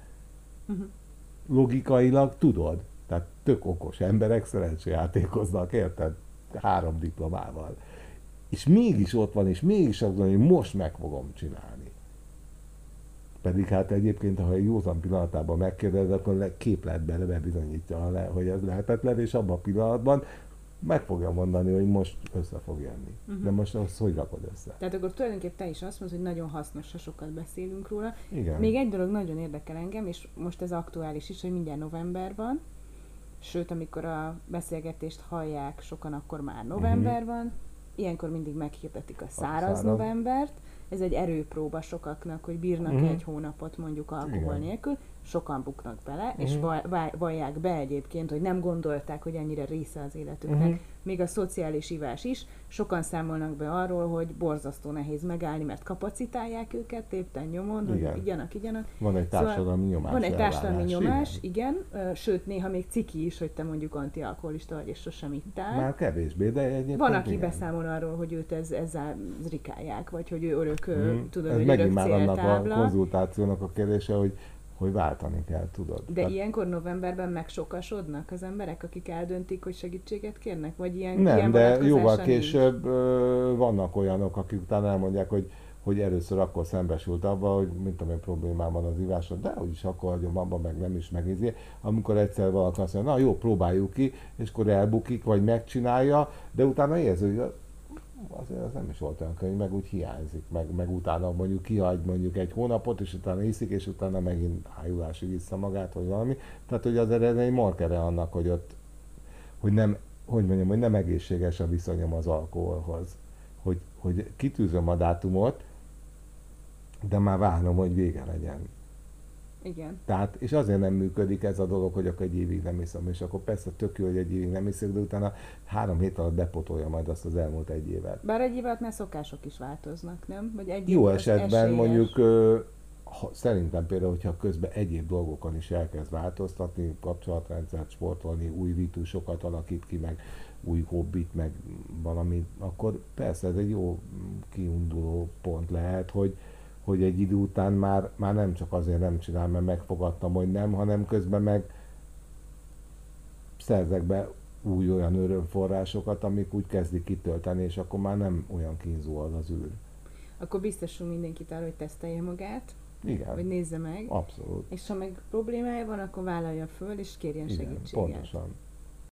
Logikailag tudod. Tehát tök okos emberek szerencsejátékoznak, érted? 3 diplomával. És mégis ott van, és mégis azt mondom, hogy most meg fogom csinálni. Pedig hát egyébként, ha egy józan pillanatában megkérdez, akkor képletben bebizonyítja, hogy ez lehetetlen, és abban a pillanatban meg fogja mondani, hogy most össze fog jönni. De most azt hogy rakod össze? Tehát akkor tulajdonképpen te is azt mondod, hogy nagyon hasznos, ha sokat beszélünk róla. Igen. Még egy dolog nagyon érdekel engem, és most ez aktuális is, hogy mindjárt november van, Sőt, amikor a beszélgetést hallják sokan, akkor már november van. Ilyenkor mindig meghirdetik a száraz novembert. Ez egy erőpróba sokaknak, hogy bírnak egy hónapot mondjuk alkohol nélkül. Sokan buknak bele, és vallják be egyébként, hogy nem gondolták, hogy ennyire része az életüknek. Még a szociális ivás is. Sokan számolnak be arról, hogy borzasztó nehéz megállni, mert kapacitálják őket lépten nyomon, hogy igyanak. Van egy társadalmi nyomás. Van egy társadalmi nyomás, igen. Sőt, néha még ciki is, hogy te mondjuk antialkoholista vagy, és sosem ittál. Már kevésbé, de egyébként van, aki beszámol arról, hogy őt ezzel zrikálják, vagy hogy ő örök, tudod, ez hogy megint örök már annak céltábla. a konzultációnak a kérdése, hogy váltani kell, tudod. De ilyenkor novemberben megsokasodnak az emberek, akik eldöntik, hogy segítséget kérnek? Vagy ilyen de jóval nincs? később vannak olyanok, akik utána elmondják, hogy először akkor szembesült abban, hogy mint amilyen problémám van az ivással, de úgyis akkor hagyom abban, meg nem is megízi. Amikor egyszer valaki azt mondja, na jó, próbáljuk ki, és akkor elbukik, vagy megcsinálja, de utána érzi, hogy azért az nem is volt olyan könnyű, meg úgy hiányzik, meg utána mondjuk kihagy mondjuk egy hónapot, és utána iszik, és utána megint ájulásig vissza magát, vagy valami. Tehát, hogy az eredmény markere annak, hogy ott, hogy nem, hogy nem egészséges a viszonyom az alkoholhoz. Hogy kitűzöm a dátumot, de már várom, hogy vége legyen. Igen. Tehát, és azért nem működik ez a dolog, hogy akkor egy évig nem iszom, és akkor persze tök jó, hogy egy évig nem iszok, de utána 3 hét alatt bepotolja majd azt az elmúlt egy évet. Bár egy év alatt már szokások is változnak, nem? Vagy egy jó esetben esélyes. mondjuk szerintem például, hogyha közben egyéb dolgokon is elkezd változtatni, kapcsolatrendszert sportolni, új ritusokat alakít ki, meg új hobbit, meg valami, akkor persze ez egy jó kiinduló pont lehet, hogy egy idő után már nem csak azért nem csinál, mert megfogadtam, hogy nem, hanem közben meg szerzek be új olyan örömforrásokat, amik úgy kezdik kitölteni, és akkor már nem olyan kínzó az űr. Akkor biztosunk mindenkit arra, hogy tesztelje magát, igen, hogy nézze meg. Abszolút. És ha meg problémája van, akkor vállalja föl, és kérjen segítséget. Pontosan.